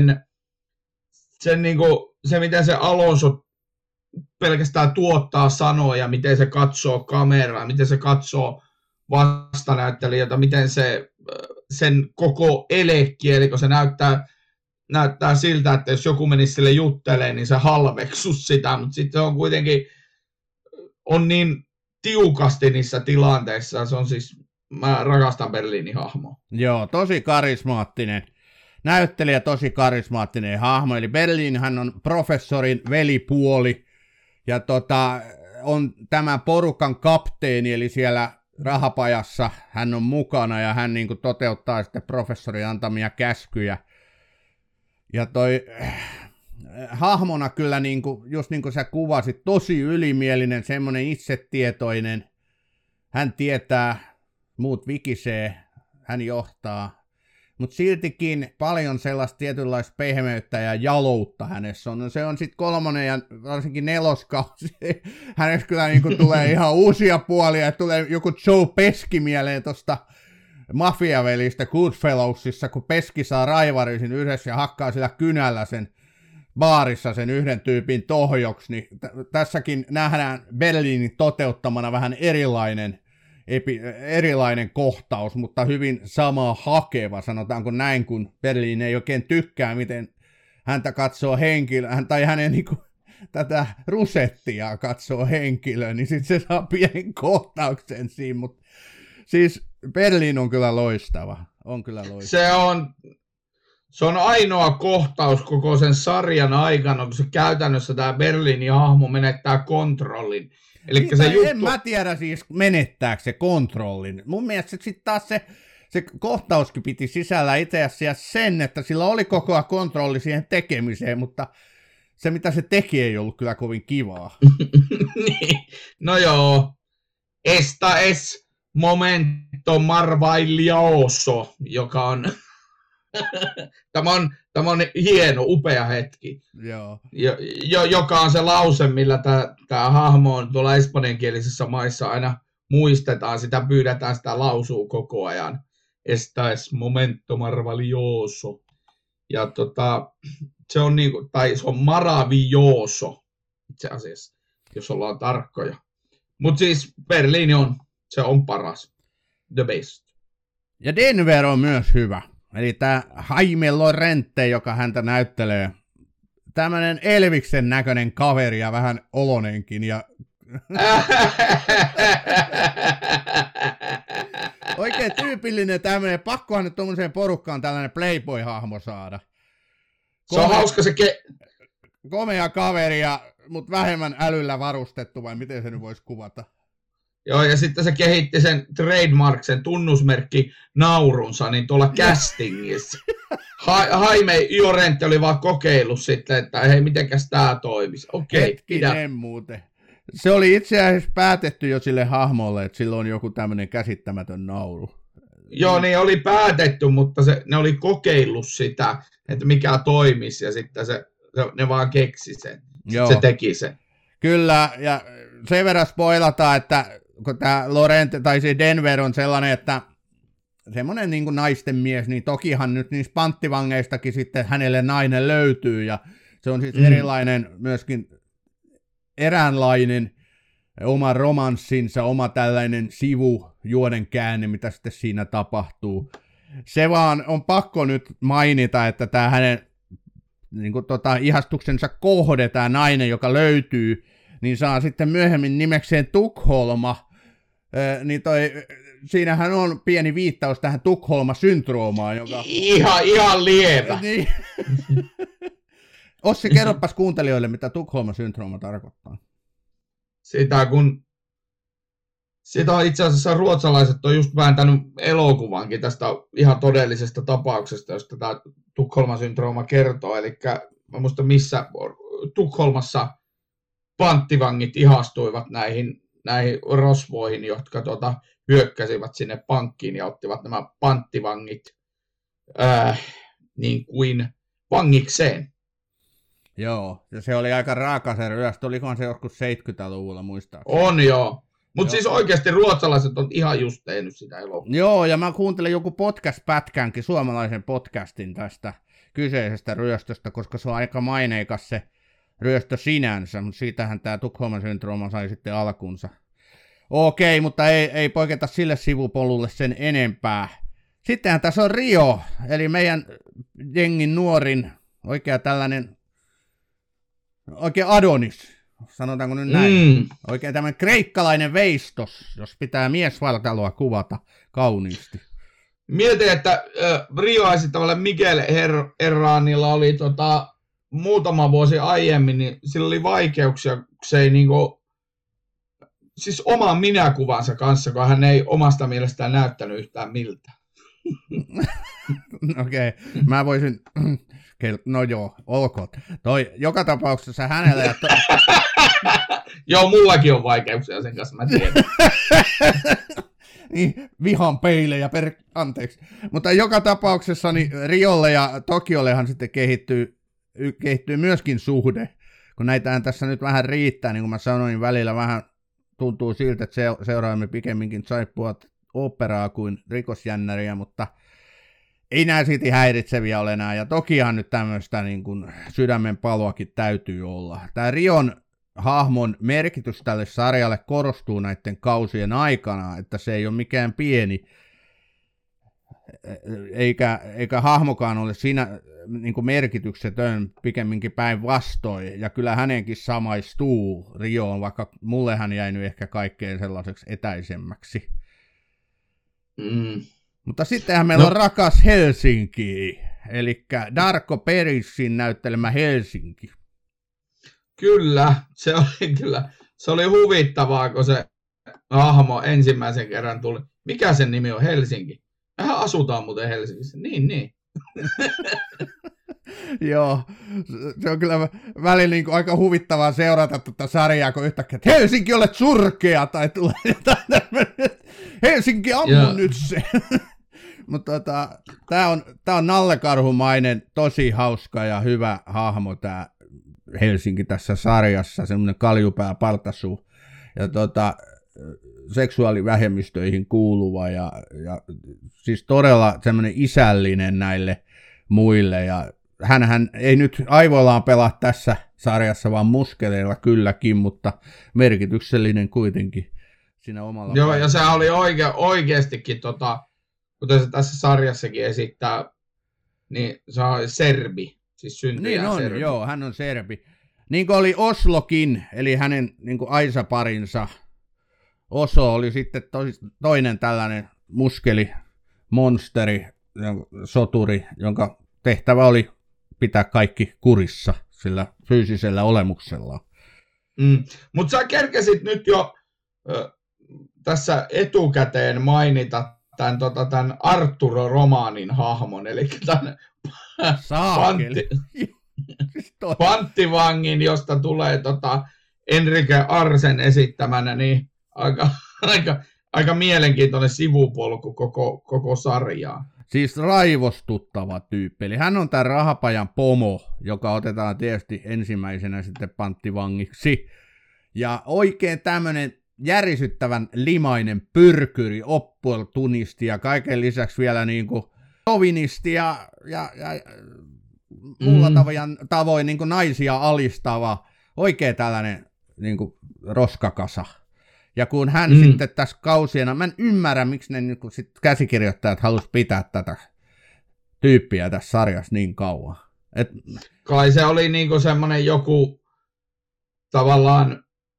Niin kuin, se, miten se Alonso pelkästään tuottaa sanoja, miten se katsoo kameraa, miten se katsoo vastanäyttelijältä, miten sen koko elekieli, kun se näyttää siltä, että jos joku menisi sille juttelemaan, niin se halveksus sitä, mutta sitten on kuitenkin on niin tiukasti niissä tilanteissa. Se on siis, mä rakastan Berliinin hahmoa. Joo, tosi karismaattinen näyttelijä, tosi karismaattinen hahmo. Eli Berliinhän on professorin velipuoli ja on tämän porukan kapteeni, eli siellä rahapajassa hän on mukana ja hän niin kuin toteuttaa sitten professorin antamia käskyjä. Ja toi hahmona kyllä, niin kuin, just niin kuin sä kuvasit, tosi ylimielinen, semmoinen itsetietoinen. Hän tietää, muut vikisee, hän johtaa. Mutta siltikin paljon sellaista tietynlaista pehmeyttä ja jaloutta hänessä on. No se on sitten 3. ja varsinkin 4. kausi. Hänessä kyllä niin kuin tulee ihan uusia puolia. Tulee joku Joe Pesci mieleen tuosta mafiavelistä Goodfellowsissa, kun Pesci saa raivarisin yhdessä ja hakkaa sillä kynällä sen baarissa sen yhden tyypin tohjoksi. Niin tässäkin nähdään Berliinin toteuttamana vähän erilainen kohtaus, mutta hyvin samaa hakeva, sanotaanko näin, kun Berliin ei oikein tykkää, miten häntä katsoo henkilö, tai hänen niinku, tätä rusettia katsoo henkilö, niin sitten se saa pienen kohtauksen siinä, mutta siis Berliin on kyllä loistava. Se on ainoa kohtaus koko sen sarjan aikana, kun se käytännössä tämä Berliinin hahmo menettää kontrollin. Elikkä se juttu... En mä tiedä siis menettääkö se kontrollin. Mun mielestä sitten taas se kohtauskin piti sisällä itse asiassa sen, että sillä oli koko ajan kontrolli siihen tekemiseen, mutta se mitä se teki ei ollut kyllä kovin kivaa. Niin. No joo. Esta es momento maravilloso, joka on... Tämä on hieno, upea hetki. Joo. Joka on se lause, millä tämä hahmo on tuolla espanjankielisissä maissa aina muistetaan, sitä pyydetään, sitä lausuu koko ajan. Esta es momento maravilloso. Ja se on niinku, tai se on maravilloso itse asiassa, jos ollaan tarkkoja. Mutta siis Berliini se on paras. The best. Ja Denver on myös hyvä. Eli tämä Jaime Lorente, joka häntä näyttelee. Tämmönen Elviksen näköinen kaveri ja vähän olonenkin. Ja oikein tyypillinen tämmöinen, pakkohan nyt tommoseen porukkaan tällainen Playboy-hahmo saada. Se on hauska se komea kaveri, mutta vähemmän älyllä varustettu, vai miten se nyt voisi kuvata? Joo, ja sitten se kehitti sen trademark, sen tunnusmerkki naurunsa, niin tuolla castingissa. Jaime Lorente oli vaan kokeillut sitten, että hei, mitenkäs tää toimisi. Okei, hetkinen muuten. Se oli itse asiassa päätetty jo sille hahmolle, että sillä on joku tämmöinen käsittämätön nauru. Joo, niin oli päätetty, mutta ne oli kokeillut sitä, että mikä toimisi, ja sitten ne vaan keksi sen. Joo. Se teki sen. Kyllä, ja sen verran spoilataan, että kun tämä Lorente, tai se Denver on sellainen, että semmoinen niin kuin naisten mies, niin tokihan nyt niistä panttivangeistakin sitten hänelle nainen löytyy, ja se on siis erilainen myöskin eräänlainen oma romanssinsa, oma tällainen sivujuonen käänne, mitä sitten siinä tapahtuu. Se vaan on pakko nyt mainita, että tämä hänen niin kuin ihastuksensa kohde, tämä nainen, joka löytyy, niin saa sitten myöhemmin nimekseen Tukholma, niin siinähän on pieni viittaus tähän Tukholma-syndroomaan, joka Ihan lievä. Niin. Ossi, kerropas kuuntelijoille, mitä Tukholma-syndrooma tarkoittaa. Sitä on itse asiassa ruotsalaiset on just vääntänyt elokuvankin tästä ihan todellisesta tapauksesta, josta tämä Tukholma-syndrooma kertoo. Eli mä muistan missä Tukholmassa panttivangit ihastuivat näihin rosvoihin, jotka hyökkäsivät sinne pankkiin ja ottivat nämä panttivangit niin kuin vangikseen. Joo, ja se oli aika raaka se ryöstö. Olikohan se joskus 70-luvulla muistaakseni? On joo. Mutta siis oikeasti ruotsalaiset on ihan just tehnyt sitä elokuvaa. Joo, ja mä kuuntelin joku podcast-pätkänkin, suomalaisen podcastin tästä kyseisestä ryöstöstä, koska se on aika maineikas se ryöstö sinänsä, mutta siitähän tämä Tukholman-syndrooma sai sitten alkunsa. Okei, mutta ei poiketa sille sivupolulle sen enempää. Sittenhän tässä on Rio, eli meidän jengin nuorin, oikea tällainen, oikein Adonis, sanotaanko nyt näin. Oikein tämmöinen kreikkalainen veistos, jos pitää miesvaltaloa kuvata kauniisti. Mietin, että Rio esittävällä Miguel Herranilla oli muutama vuosi aiemmin, niin sillä oli vaikeuksia, kun se ei siis oman minäkuvansa kanssa, kun hän ei omasta mielestään näyttänyt yhtään miltä. Okei, mä voisin, no joo, olkoon. Joka tapauksessa hänellä... Joo, mullakin on vaikeuksia sen kanssa, mä tiedän. Niin, vihan peilejä, anteeksi. Mutta joka tapauksessa niin Riolle ja Tokiollehan sitten kehittyy myöskin suhde. Kun näitähän tässä nyt vähän riittää, niin kuin mä sanoin, niin välillä vähän tuntuu siltä, että seuraamme pikemminkin saippua operaa kuin rikosjännäriä, mutta ei nämä siitä häiritseviä ole enää. Ja tokihan nyt tämmöistä niin kuin sydämen paloakin täytyy olla. Tämä Rion hahmon merkitys tälle sarjalle korostuu näiden kausien aikana, että se ei ole mikään pieni, eikä hahmokaan ole siinä niin kuin merkityksetön, pikemminkin päinvastoin, ja kyllä hänenkin samaistuu Rioon, vaikka mulle hän jäi nyt ehkä kaikkein sellaiseksi etäisemmäksi. Mutta sittenhän meillä on rakas Helsinki, eli Darko Perisin näyttelemä Helsinki. Kyllä, se oli huvittavaa, kun se hahmo ensimmäisen kerran tuli. Mikä sen nimi on? Helsinki? Mehän asutaan muuten Helsingissä. Niin. Joo, se on kyllä välillä niin kuin aika huvittavaa seurata tätä sarjaa, kun yhtäkkiä, että Helsinki olet surkea, tai tulee jotain tämmöinen, Helsinki ammu nyt se. Mutta tää on nallekarhumainen, tosi hauska ja hyvä hahmo tää Helsinki tässä sarjassa, semmoinen kaljupää partasu ja seksuaalivähemmistöihin kuuluva ja siis todella semmoinen isällinen näille muille ja hänhän ei nyt aivoillaan pelaa tässä sarjassa, vaan muskeleilla kylläkin, mutta merkityksellinen kuitenkin siinä omalla Joo, paikalla. ja sehän oli oikeastikin, kuten se tässä sarjassakin esittää, niin se on serbi, siis syntyjä Niin on, serbi. joo, hän on serbi. Niin kuin oli Oslokin, eli hänen niin kuin aisaparinsa. Oso oli sitten toinen tällainen muskelimonsteri, soturi, jonka tehtävä oli pitää kaikki kurissa sillä fyysisellä olemuksellaan. Mutta sä kerkesit nyt jo tässä etukäteen mainita tämän Arturo-romaanin hahmon, eli tämän panttivangin, josta tulee Enrique Arsen esittämänä, niin aika mielenkiintoinen sivupolku koko sarjaa. Siis raivostuttava tyyppi, eli hän on tämän rahapajan pomo, joka otetaan tietysti ensimmäisenä sitten panttivangiksi. Ja oikein tämmöinen järisyttävän limainen pyrkyri, opportunisti ja kaiken lisäksi vielä niin kuin sovinisti ja muulla tavoin niin kuin naisia alistava, oikein tällainen niin kuin roskakasa. Ja kun hän sitten tässä kausiena, mä en ymmärrä, miksi ne niin sit käsikirjoittajat halusi pitää tätä tyyppiä tässä sarjassa niin kauan. Kai se oli niinku semmoinen joku, tavallaan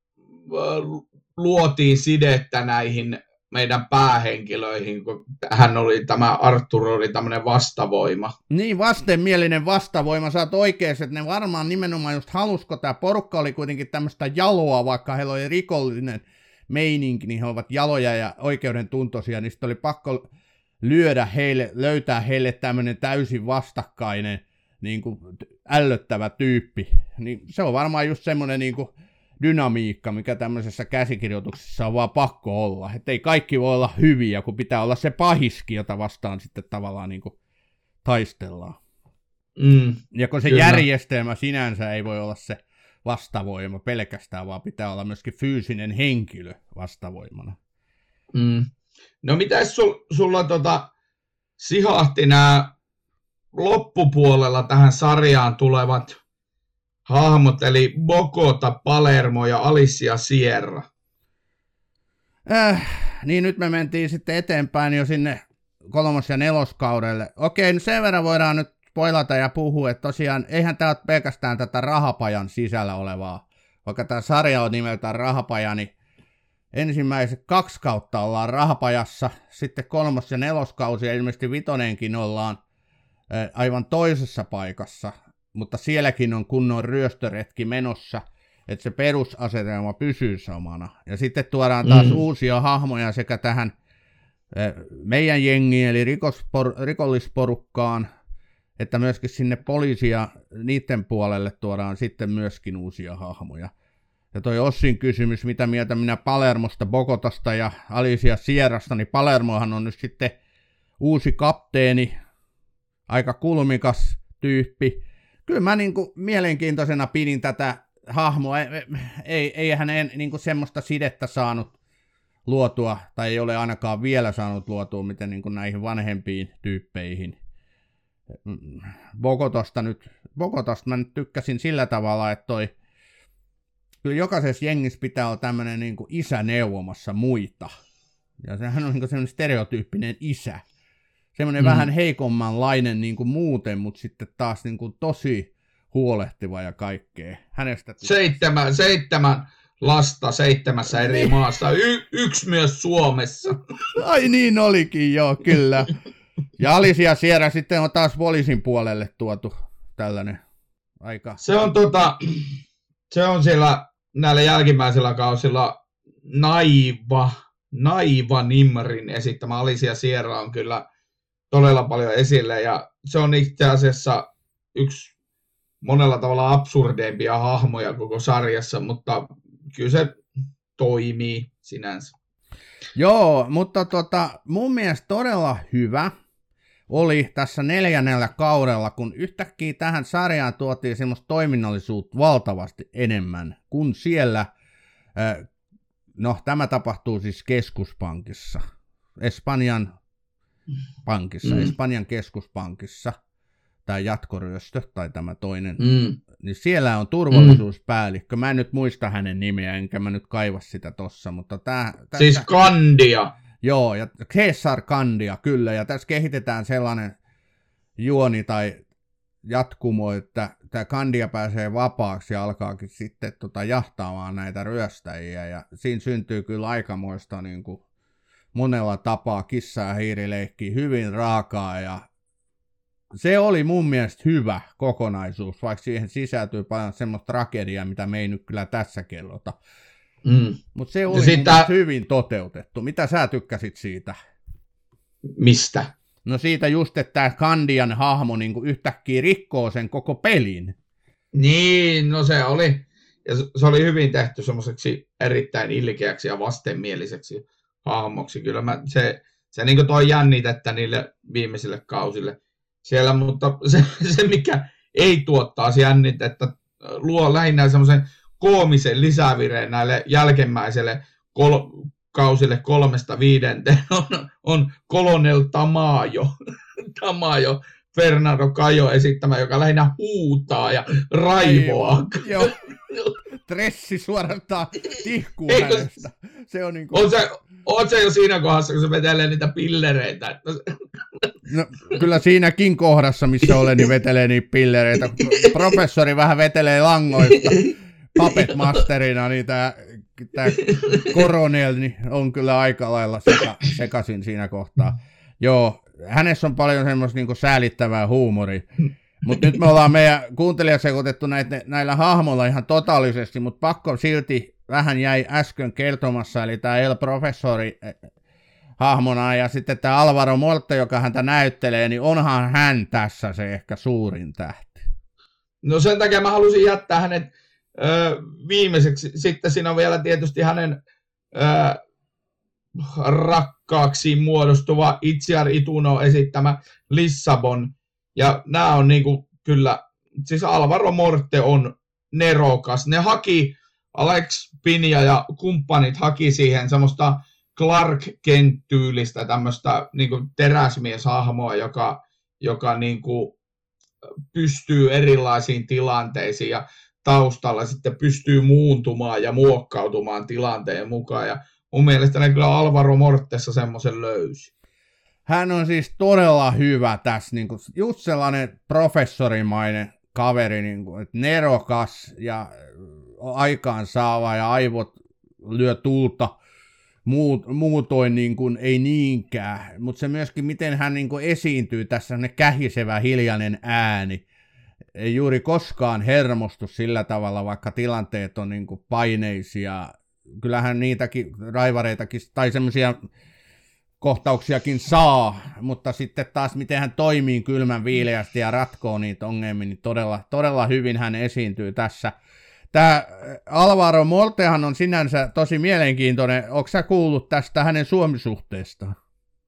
luotiin sidettä näihin meidän päähenkilöihin, kun Arturo oli tämmöinen vastavoima. Niin, vastenmielinen vastavoima, sä oot oikeassa, että ne varmaan nimenomaan just halusko, tämä porukka oli kuitenkin tämmöistä jaloa, vaikka heillä oli rikollinen meininki, niin he ovat jaloja ja oikeuden tuntoisia, niin sitten oli pakko löytää heille tämmöinen täysin vastakkainen, niin kuin ällöttävä tyyppi. Niin se on varmaan just semmoinen niin kuin dynamiikka, mikä tämmöisessä käsikirjoituksessa on vaan pakko olla. Että ei kaikki voi olla hyviä, kun pitää olla se pahiski, jota vastaan sitten tavallaan niin kuin taistellaan. Ja kun se järjestelmä sinänsä ei voi olla se vastavoima pelkästään, vaan pitää olla myöskin fyysinen henkilö vastavoimana. No mitäs sulla sihahti nämä loppupuolella tähän sarjaan tulevat hahmot, eli Bogota, Palermo ja Alicia Sierra? Niin nyt me mentiin sitten eteenpäin jo sinne 3. ja 4. kaudelle. Okei, no sen verran voidaan nyt spoilata ja puhua, että tosiaan eihän tämä ole pelkästään tätä rahapajan sisällä olevaa, vaikka tämä sarja on nimeltään Rahapaja, niin ensimmäiset 2 kautta ollaan rahapajassa, sitten 3. ja 4. kausi ja ilmeisesti 5. ollaan aivan toisessa paikassa, mutta sielläkin on kunnon ryöstöretki menossa, että se perusasetelma pysyy samana. Ja sitten tuodaan taas uusia hahmoja sekä tähän meidän jengiin, eli rikollisporukkaan, että myöskin sinne poliisia niiden puolelle tuodaan sitten myöskin uusia hahmoja. Ja toi Ossin kysymys, mitä mieltä minä Palermosta, Bogotasta ja Alicia Sierrasta, niin Palermohan on nyt sitten uusi kapteeni, aika kulmikas tyyppi. Kyllä mä niinku mielenkiintoisena pidin tätä hahmoa, ei hän niinku semmoista sidettä saanut luotua, tai ei ole ainakaan vielä saanut luotua, miten niinku näihin vanhempiin tyyppeihin. Bogotasta mä nyt tykkäsin sillä tavalla, että kyllä jokaisessa jengissä pitää olla tämmöinen niin kuin isä neuvomassa muita. Ja sehän on niin kuin semmoinen stereotyyppinen isä. Semmoinen vähän heikommanlainen niin kuin muuten, mutta sitten taas niin kuin tosi huolehtiva ja kaikkea. Hänestä 7 lasta 7 eri maassa, yksi myös Suomessa. Ai niin olikin, joo, kyllä. Ja Alicia Sierra sitten on taas poliisin puolelle tuotu tällainen aika. Se on siellä näillä jälkimmäisillä kausilla Naiva Nimrin esittämä Alicia Sierra on kyllä todella paljon esille, ja se on itse asiassa yksi monella tavalla absurdeimpia hahmoja koko sarjassa, mutta kyllä se toimii sinänsä. Joo, mutta mun mielestä todella hyvä oli tässä 4. kaudella, kun yhtäkkiä tähän sarjaan tuotiin semmoista toiminnallisuutta valtavasti enemmän, kun siellä, no tämä tapahtuu siis keskuspankissa, Espanjan pankissa, Espanjan keskuspankissa tämä jatkoryöstö tai tämä toinen, niin siellä on turvallisuuspäällikkö. Mä en nyt muista hänen nimeä, enkä mä nyt kaiva sitä tossa, mutta siis Kandia. Joo, ja Cesar Kandia, kyllä, ja tässä kehitetään sellainen juoni tai jatkumo, että tämä Kandia pääsee vapaaksi ja alkaakin sitten jahtaamaan näitä ryöstäjiä, ja siinä syntyy kyllä aikamoista niin kuin monella tapaa kissa- ja hiirileikkiä, hyvin raakaa, ja se oli mun mielestä hyvä kokonaisuus, vaikka siihen sisältyy paljon semmoista tragediaa, mitä me ei nyt kyllä tässä kerrota. Mutta se oli hyvin toteutettu. Mitä sä tykkäsit siitä? Mistä? No siitä just, että tämä Kandian hahmo niin kuin yhtäkkiä rikkoo sen koko pelin. Niin, no se oli hyvin tehty semmoiseksi erittäin ilkeäksi ja vastenmieliseksi hahmoksi. Kyllä se niin kuin toi jännitettä niille viimeisille kausille siellä, mutta se mikä ei tuottaa jännitettä, luo lähinnä semmoisen koomisen lisävireen näille jälkimmäiselle kausille 3-5 on Colonel Tamayo, Fernando Cayo esittämä, joka lähinnä huutaa ja raivoaa. Joo, stressi suorastaan tihkuu hänestä. Se on niin kuin... Oot se jo siinä kohdassa, kun se vetelee niitä pillereitä? No, kyllä siinäkin kohdassa, missä olen, niin vetelee niitä pillereitä. Professori vähän vetelee langoista Puppet Masterina, niin tämä Coronel niin on kyllä aika lailla sekaisin siinä kohtaa. Joo, hänessä on paljon semmoista niin kuin säälittävää huumoria. Mutta nyt me ollaan meidän kuuntelijasekoitettu näillä hahmoilla ihan totaalisesti, mutta pakko silti vähän jäi äsken kertomassa, eli tämä El Professori hahmona ja sitten tämä Alvaro Morte, joka häntä näyttelee, niin onhan hän tässä se ehkä suurin tähti. No sen takia mä halusin jättää hänet viimeiseksi. Sitten siinä on vielä tietysti hänen rakkaaksi muodostuva Itziar Ituno esittämä Lissabon. Ja nämä on niinku kyllä, siis Alvaro Morte on nerokas. Ne haki, Alex Pinja ja kumppanit haki siihen semmoista Clark Kent-tyylistä tämmöistä niinku teräsmieshahmoa, joka niinku pystyy erilaisiin tilanteisiin ja taustalla sitten pystyy muuntumaan ja muokkautumaan tilanteen mukaan. Ja mun mielestä ne kyllä Alvaro Mortessa semmoisen löysi. Hän on siis todella hyvä tässä, niin kuin, just sellainen professorimainen kaveri, niin kuin, että nerokas ja aikaansaava ja aivot lyö tulta, muutoin niin kuin, ei niinkään, mutta se myöskin miten hän niin kuin, esiintyy tässä, ne kähisevä hiljainen ääni, ei juuri koskaan hermostu sillä tavalla, vaikka tilanteet on niin kuin, paineisia, kyllähän niitäkin raivareitakin tai semmoisia kohtauksiakin saa, mutta sitten taas miten hän toimii kylmän viileästi ja ratkoo niitä ongelmia, niin todella hyvin hän esiintyy tässä. Tämä Alvaro Mortehan on sinänsä tosi mielenkiintoinen. Onko sä kuullut tästä hänen Suomi-suhteestaan?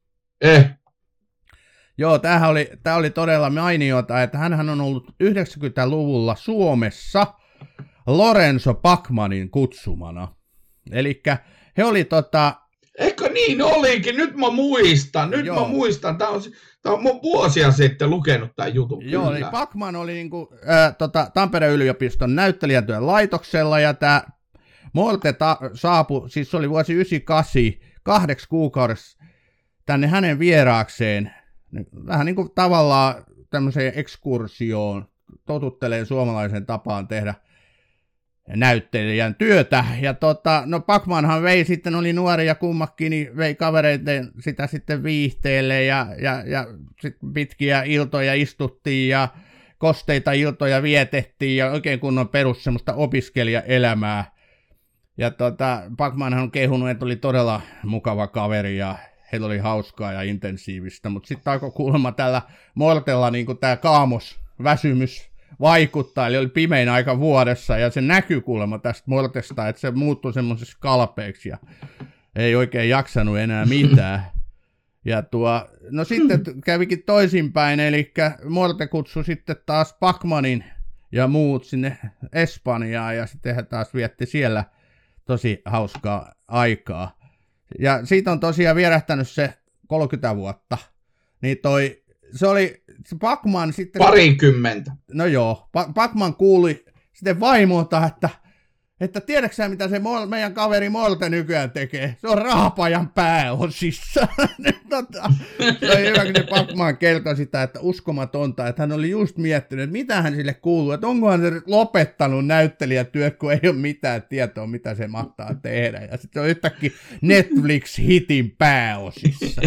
Joo, tämä oli todella mainiota, että hänhän on ollut 90-luvulla Suomessa Lorenzo Pacmanin kutsumana. Elikkä he oli Eikö niin olikin? Nyt mä muistan. Tämä on mun vuosia sitten lukenut tämän jutun. Joo, niin Pacman oli niinku, Tampereen yliopiston näyttelijätyön laitoksella, ja tämä Morte saapui, siis se oli vuosi 1998, 8 kuukaudessa tänne hänen vieraakseen, vähän niin kuin tavallaan tämmöiseen ekskursioon, totuttelee suomalaisen tapaan tehdä näyttelijän työtä, ja no Pacmanhan vei sitten, oli nuoria kummakin, niin vei kavereiden sitä sitten viihteelle, ja sitten pitkiä iltoja istuttiin, ja kosteita iltoja vietettiin, ja oikein kunnon perus semmoista opiskelijaelämää, ja Pacmanhan on kehunut, että oli todella mukava kaveri, ja heillä oli hauskaa ja intensiivistä, mutta sitten alkoi kuulemma tällä Mortella niin tämä kaamosväsymys vaikuttaa, eli oli pimein aika vuodessa, ja se näkyy kuulemma tästä Mortesta, että se muuttui semmoisessa kalpeeksi, ja ei oikein jaksanut enää mitään. Ja no sitten kävikin toisinpäin, eli Morte kutsui sitten taas Pacmanin ja muut sinne Espanjaan, ja sitten he taas vietti siellä tosi hauskaa aikaa. Ja siitä on tosiaan vierähtänyt se 30 vuotta, niin se oli Backman sitten... Parikymmentä. No joo, Backman kuuli sitten vaimolta, että tiedätkö mitä se meidän kaveri Molte nykyään tekee? Se on Rahapajan pääosissa. Se on hyvä, kun se Backman kertoi sitä, että uskomatonta, että hän oli just miettinyt, että mitä hän sille kuuluu, että onkohan se lopettanut näyttelijätyöt, kun ei ole mitään tietoa, mitä se mahtaa tehdä. Ja sitten on yhtäkkiä Netflix-hitin pääosissa.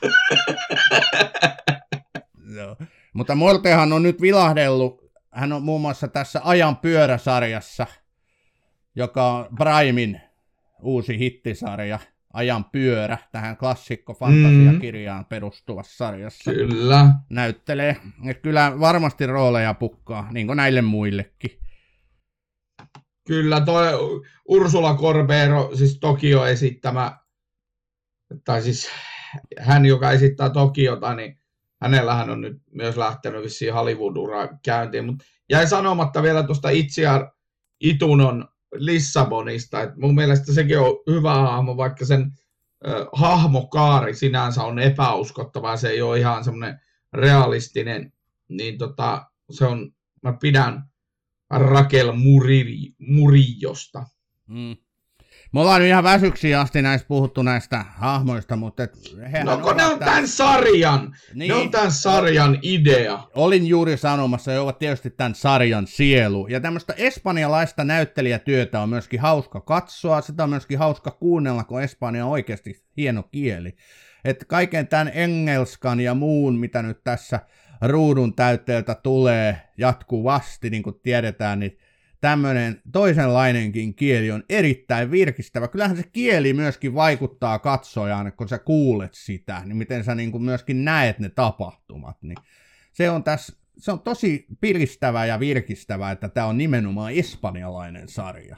No. Mutta Moltehan on nyt vilahdellut, hän on muun muassa tässä Ajan pyöräsarjassa, joka on Primin uusi hittisarja, Ajan pyörä, tähän klassikko-fantasiakirjaan perustuvassa sarjassa. Kyllä. Näyttelee. Et kyllä varmasti rooleja pukkaa, niin kuin näille muillekin. Kyllä, toi Ursula Corbero, siis Tokio esittämä, tai siis hän, joka esittää Tokiota, niin hänellähän on nyt myös lähtenyt vissiin Hollywood-ura käyntiin, mutta jäi sanomatta vielä tuosta Itsiar Itunon Lissabonista, että mun mielestä sekin on hyvä hahmo, vaikka sen hahmokaari sinänsä on epäuskottava ja se ei ole ihan semmoinen realistinen, niin se on, mä pidän Raquel Murillosta. Me ollaan nyt ihan väsyksiä asti näistä puhuttu näistä hahmoista, mutta... No ne on tämän sarjan, niin, ne on tämän sarjan idea. Olin juuri sanomassa, ja ovat tietysti tämän sarjan sielu. Ja tämmöistä espanjalaista näyttelijätyötä on myöskin hauska katsoa, sitä on myöskin hauska kuunnella, kun espanja on oikeasti hieno kieli. Että kaiken tämän engelskan ja muun, mitä nyt tässä ruudun täytteeltä tulee jatkuvasti, niin kuin tiedetään, niin tämmöinen toisenlainenkin kieli on erittäin virkistävä. Kyllähän se kieli myöskin vaikuttaa katsojaan, kun sä kuulet sitä, niin miten sä niin kuin myöskin näet ne tapahtumat. Niin se on tosi piristävä ja virkistävä, että tämä on nimenomaan espanjalainen sarja.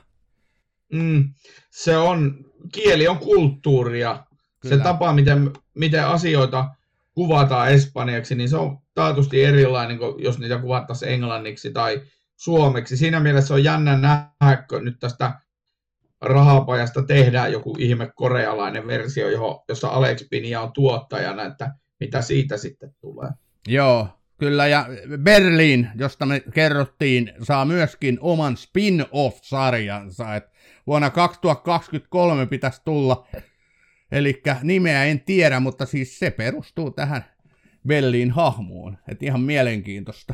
Se on, kieli on kulttuuria. Kyllä. Se tapa, miten asioita kuvataan espanjaksi, niin se on taatusti erilainen, jos niitä kuvattaisiin englanniksi tai suomeksi. Siinä mielessä on jännä nähdä, kun nyt tästä Rahapajasta tehdään joku ihme korealainen versio, jossa Alex Pinia on tuottajana, että mitä siitä sitten tulee. Joo, kyllä, ja Berlin, josta me kerrottiin, saa myöskin oman spin-off-sarjansa, että vuonna 2023 pitäisi tulla, eli nimeä en tiedä, mutta siis se perustuu tähän Berlin hahmoon, että ihan mielenkiintoista.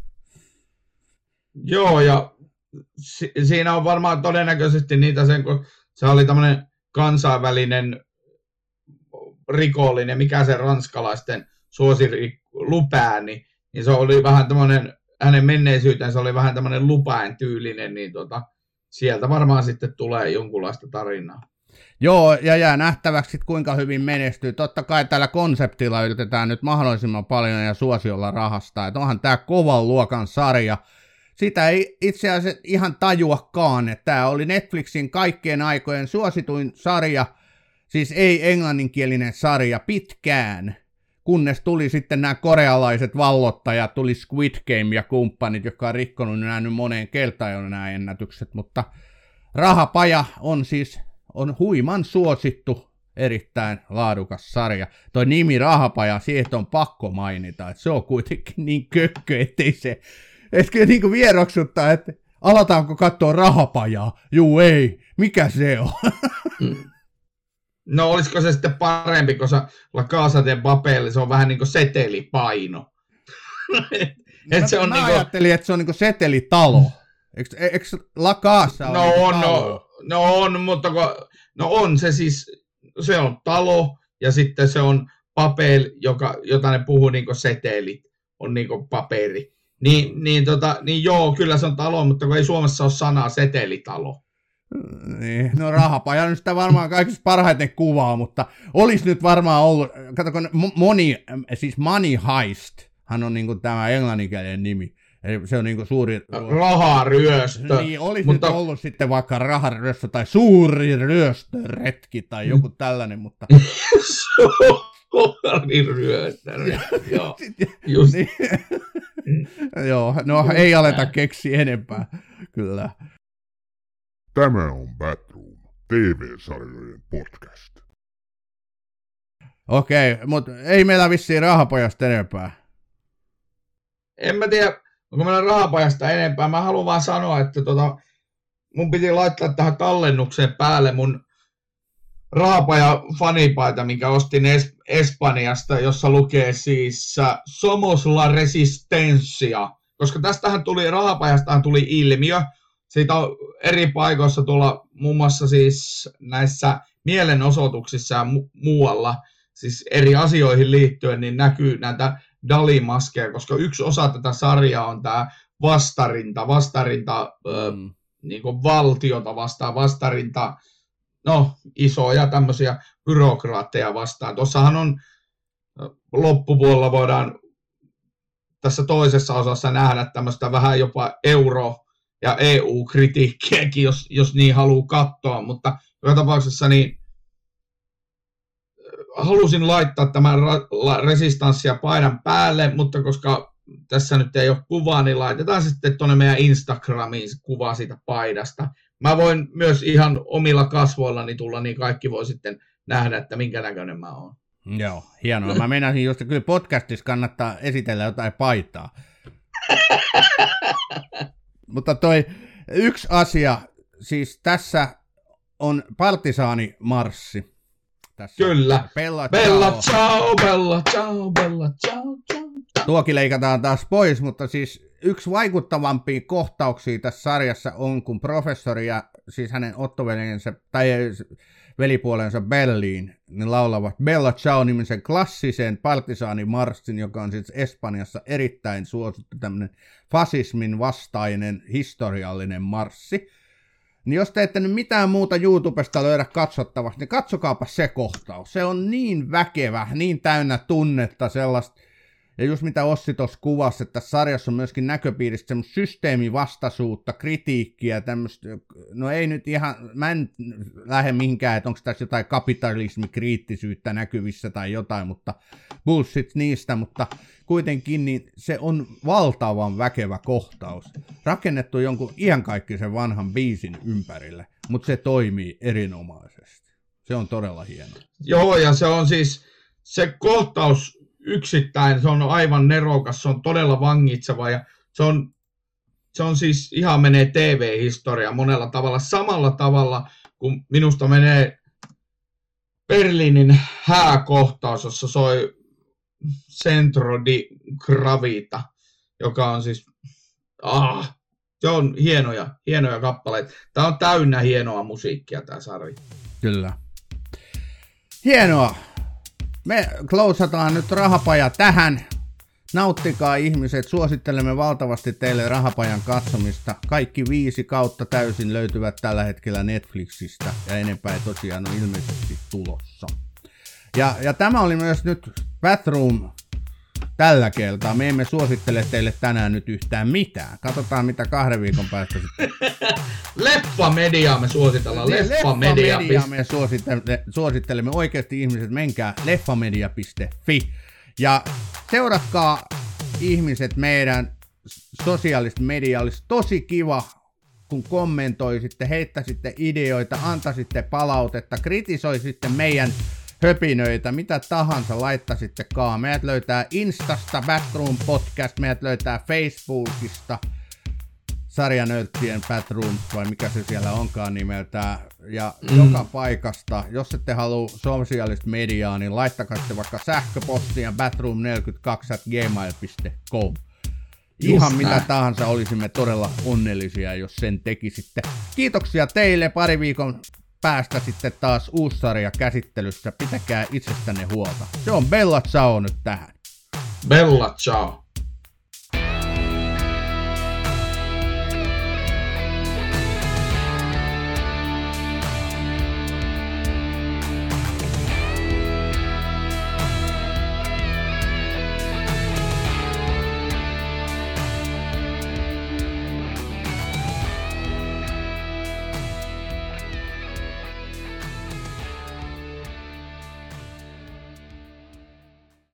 Joo, ja siinä on varmaan todennäköisesti niitä kun se oli tämmöinen kansainvälinen rikollinen, mikä se ranskalaisten suosi Lupin, niin se oli vähän tämmöinen, hänen menneisyytensä oli vähän tämmöinen Lupin tyylinen, niin sieltä varmaan sitten tulee jonkunlaista tarinaa. Joo, ja jää nähtäväksi, kuinka hyvin menestyy. Totta kai tällä konseptilla yritetään nyt mahdollisimman paljon ja suosiolla rahastaa, että onhan tämä kovan luokan sarja. Sitä ei itse asiassa ihan tajuakaan, että tämä oli Netflixin kaikkien aikojen suosituin sarja, siis ei englanninkielinen sarja pitkään, kunnes tuli sitten nämä korealaiset vallottajat, tuli Squid Game ja kumppanit, jotka on rikkonut nämä nyt moneen kertaan jo nämä ennätykset, mutta Rahapaja on huiman suosittu, erittäin laadukas sarja. Toi nimi Rahapaja, siitä on pakko mainita, että se on kuitenkin niin kökkö, ettei se... Etkö niin kuin vieroksuttaa, että alataanko katsoa Rahapajaa? Juu ei, mikä se on? No olisiko se sitten parempi, kun La Casa de Papel, se on vähän niin kuin setelipaino. Mä ajattelin, että se on niin kuin setelitalo. Eikö La Casa ole talo? No on se siis, se on talo ja sitten se papel, jota ne puhuu niin kuin setelit, on niin kuin paperi. Niin joo, kyllä se on talo, mutta kun ei Suomessa ole sanaa setelitalo. Niin, no Rahapaja nyt sitä varmaan kaikista parhaiten kuvaa, mutta olisi nyt varmaan ollut, katsoko, Money Heist, hän on niinku tämä englanninkielinen nimi. Eli se on niinku suuri... Raharyöstö. Niin, olisi nyt ollut sitten vaikka raharyöstö tai suuri ryöstöretki tai joku tällainen, mutta... Suuri ryöstö, joo. Just. Niin. Joo, no ei aleta keksiä enempää, kyllä. Tämä on Batroom, TV-sarjojen podcast. Okei, mutta ei meillä vissiin Rahapojasta enempää. en mä tiedä, onko meillä rahapajasta enempää. Mä haluan vaan sanoa, että mun piti laittaa tähän tallennukseen päälle mun rahapaja fanipaita, minkä ostin Espanjasta, jossa lukee siis Somos la Resistencia, koska rahapajastahan tuli ilmiö. Siitä on eri paikoissa tuolla muun muassa siis näissä mielenosoituksissa ja muualla, siis eri asioihin liittyen, niin näkyy näitä Dali-maskeja, koska yksi osa tätä sarjaa on tämä vastarinta niin kuin valtiota vastaan, vastarinta isoja tämmöisiä byrokraatteja vastaan. Tuossahan on loppupuolella voidaan tässä toisessa osassa nähdä tämmöistä vähän jopa euro- ja EU-kritiikkiäkin, jos niin haluaa katsoa, mutta joka tapauksessa niin halusin laittaa tämän resistanssia paidan päälle, mutta koska tässä nyt ei ole kuvaa, niin laitetaan sitten tuonne meidän Instagramiin kuva siitä paidasta. Mä voin myös ihan omilla kasvoillani tulla, niin kaikki voi sitten nähdä, että minkä näköinen mä oon. Joo, hienoa. Mä meinasin just, että kyllä podcastissa kannattaa esitellä jotain paitaa. Mutta toi yksi asia, siis tässä on partisaanimarssi. Tässä kyllä. Bella ciao, bella ciao, bella ciao, ciao. Tuokin leikataan taas pois, mutta siis yksi vaikuttavampia kohtauksia tässä sarjassa on, kun professori ja siis hänen ottoveljensä tai velipuolensa Belliin, niin laulavat Bella Ciao-nimisen klassisen partisaanimarssin, joka on siis Espanjassa erittäin suosittu tämmöinen fasismin vastainen historiallinen marssi. Niin jos te ette nyt mitään muuta YouTubesta löydä katsottavaksi, niin katsokaapa se kohtaus. Se on niin väkevä, niin täynnä tunnetta sellaista. Ja just mitä Ossi tuossa kuvasi, että tässä sarjassa on myöskin näköpiiristä semmoista systeemivastaisuutta, kritiikkiä, tämmöistä, no ei nyt ihan, mä en lähde mihinkään, että onko tässä jotain kapitalismikriittisyyttä näkyvissä tai jotain, mutta bullshit niistä, mutta kuitenkin niin se on valtavan väkevä kohtaus, rakennettu jonkun iankaikkisen vanhan biisin ympärille, mutta se toimii erinomaisesti. Se on todella hieno. Joo, ja se on siis, se kohtaus yksittäin, se on aivan nerokas, se on todella vangitseva ja se on siis ihan menee TV-historiaan monella tavalla. Samalla tavalla kuin minusta menee Berliinin hääkohtaus, jossa soi Centro di Gravita, joka on siis, se on hienoja kappaleita. Tämä on täynnä hienoa musiikkia tämä sarja. Kyllä. Hienoa. Me closataan nyt rahapaja tähän. Nauttikaa ihmiset, suosittelemme valtavasti teille rahapajan katsomista. Kaikki 5 kautta täysin löytyvät tällä hetkellä Netflixistä ja enempää ei tosiaan on ilmeisesti tulossa. Ja tämä oli myös nyt Batroom tällä kertaa. Me emme suosittele teille tänään nyt yhtään mitään. Katsotaan mitä 2 viikon päästä sitten. Leffamedia me suositellaan. Leffamedia me suosittelemme oikeasti ihmiset. Menkää leffamedia.fi ja seuratkaa ihmiset meidän sosiaalista mediaa. Olisi tosi kiva, kun kommentoisitte, heittäisitte ideoita, antaisitte palautetta, kritisoisitte meidän höpinöitä, mitä tahansa laittaisittekaan. Meidät löytää Instasta, Batroom Podcast, meidät löytää Facebookista, Sarjanörttien Batroom, vai mikä se siellä onkaan nimeltään, ja joka paikasta. Jos ette halua sosiaalista mediaa, niin laittakaa sitten vaikka sähköpostia batroom42@gmail.com. Ihan mitä tahansa, olisimme todella onnellisia, jos sen tekisitte. Kiitoksia teille, 2 viikon päästä sitten taas uusi sarja käsittelyssä. Pitäkää itsestänne huolta. Se on Bella Ciao nyt tähän. Bella Ciao.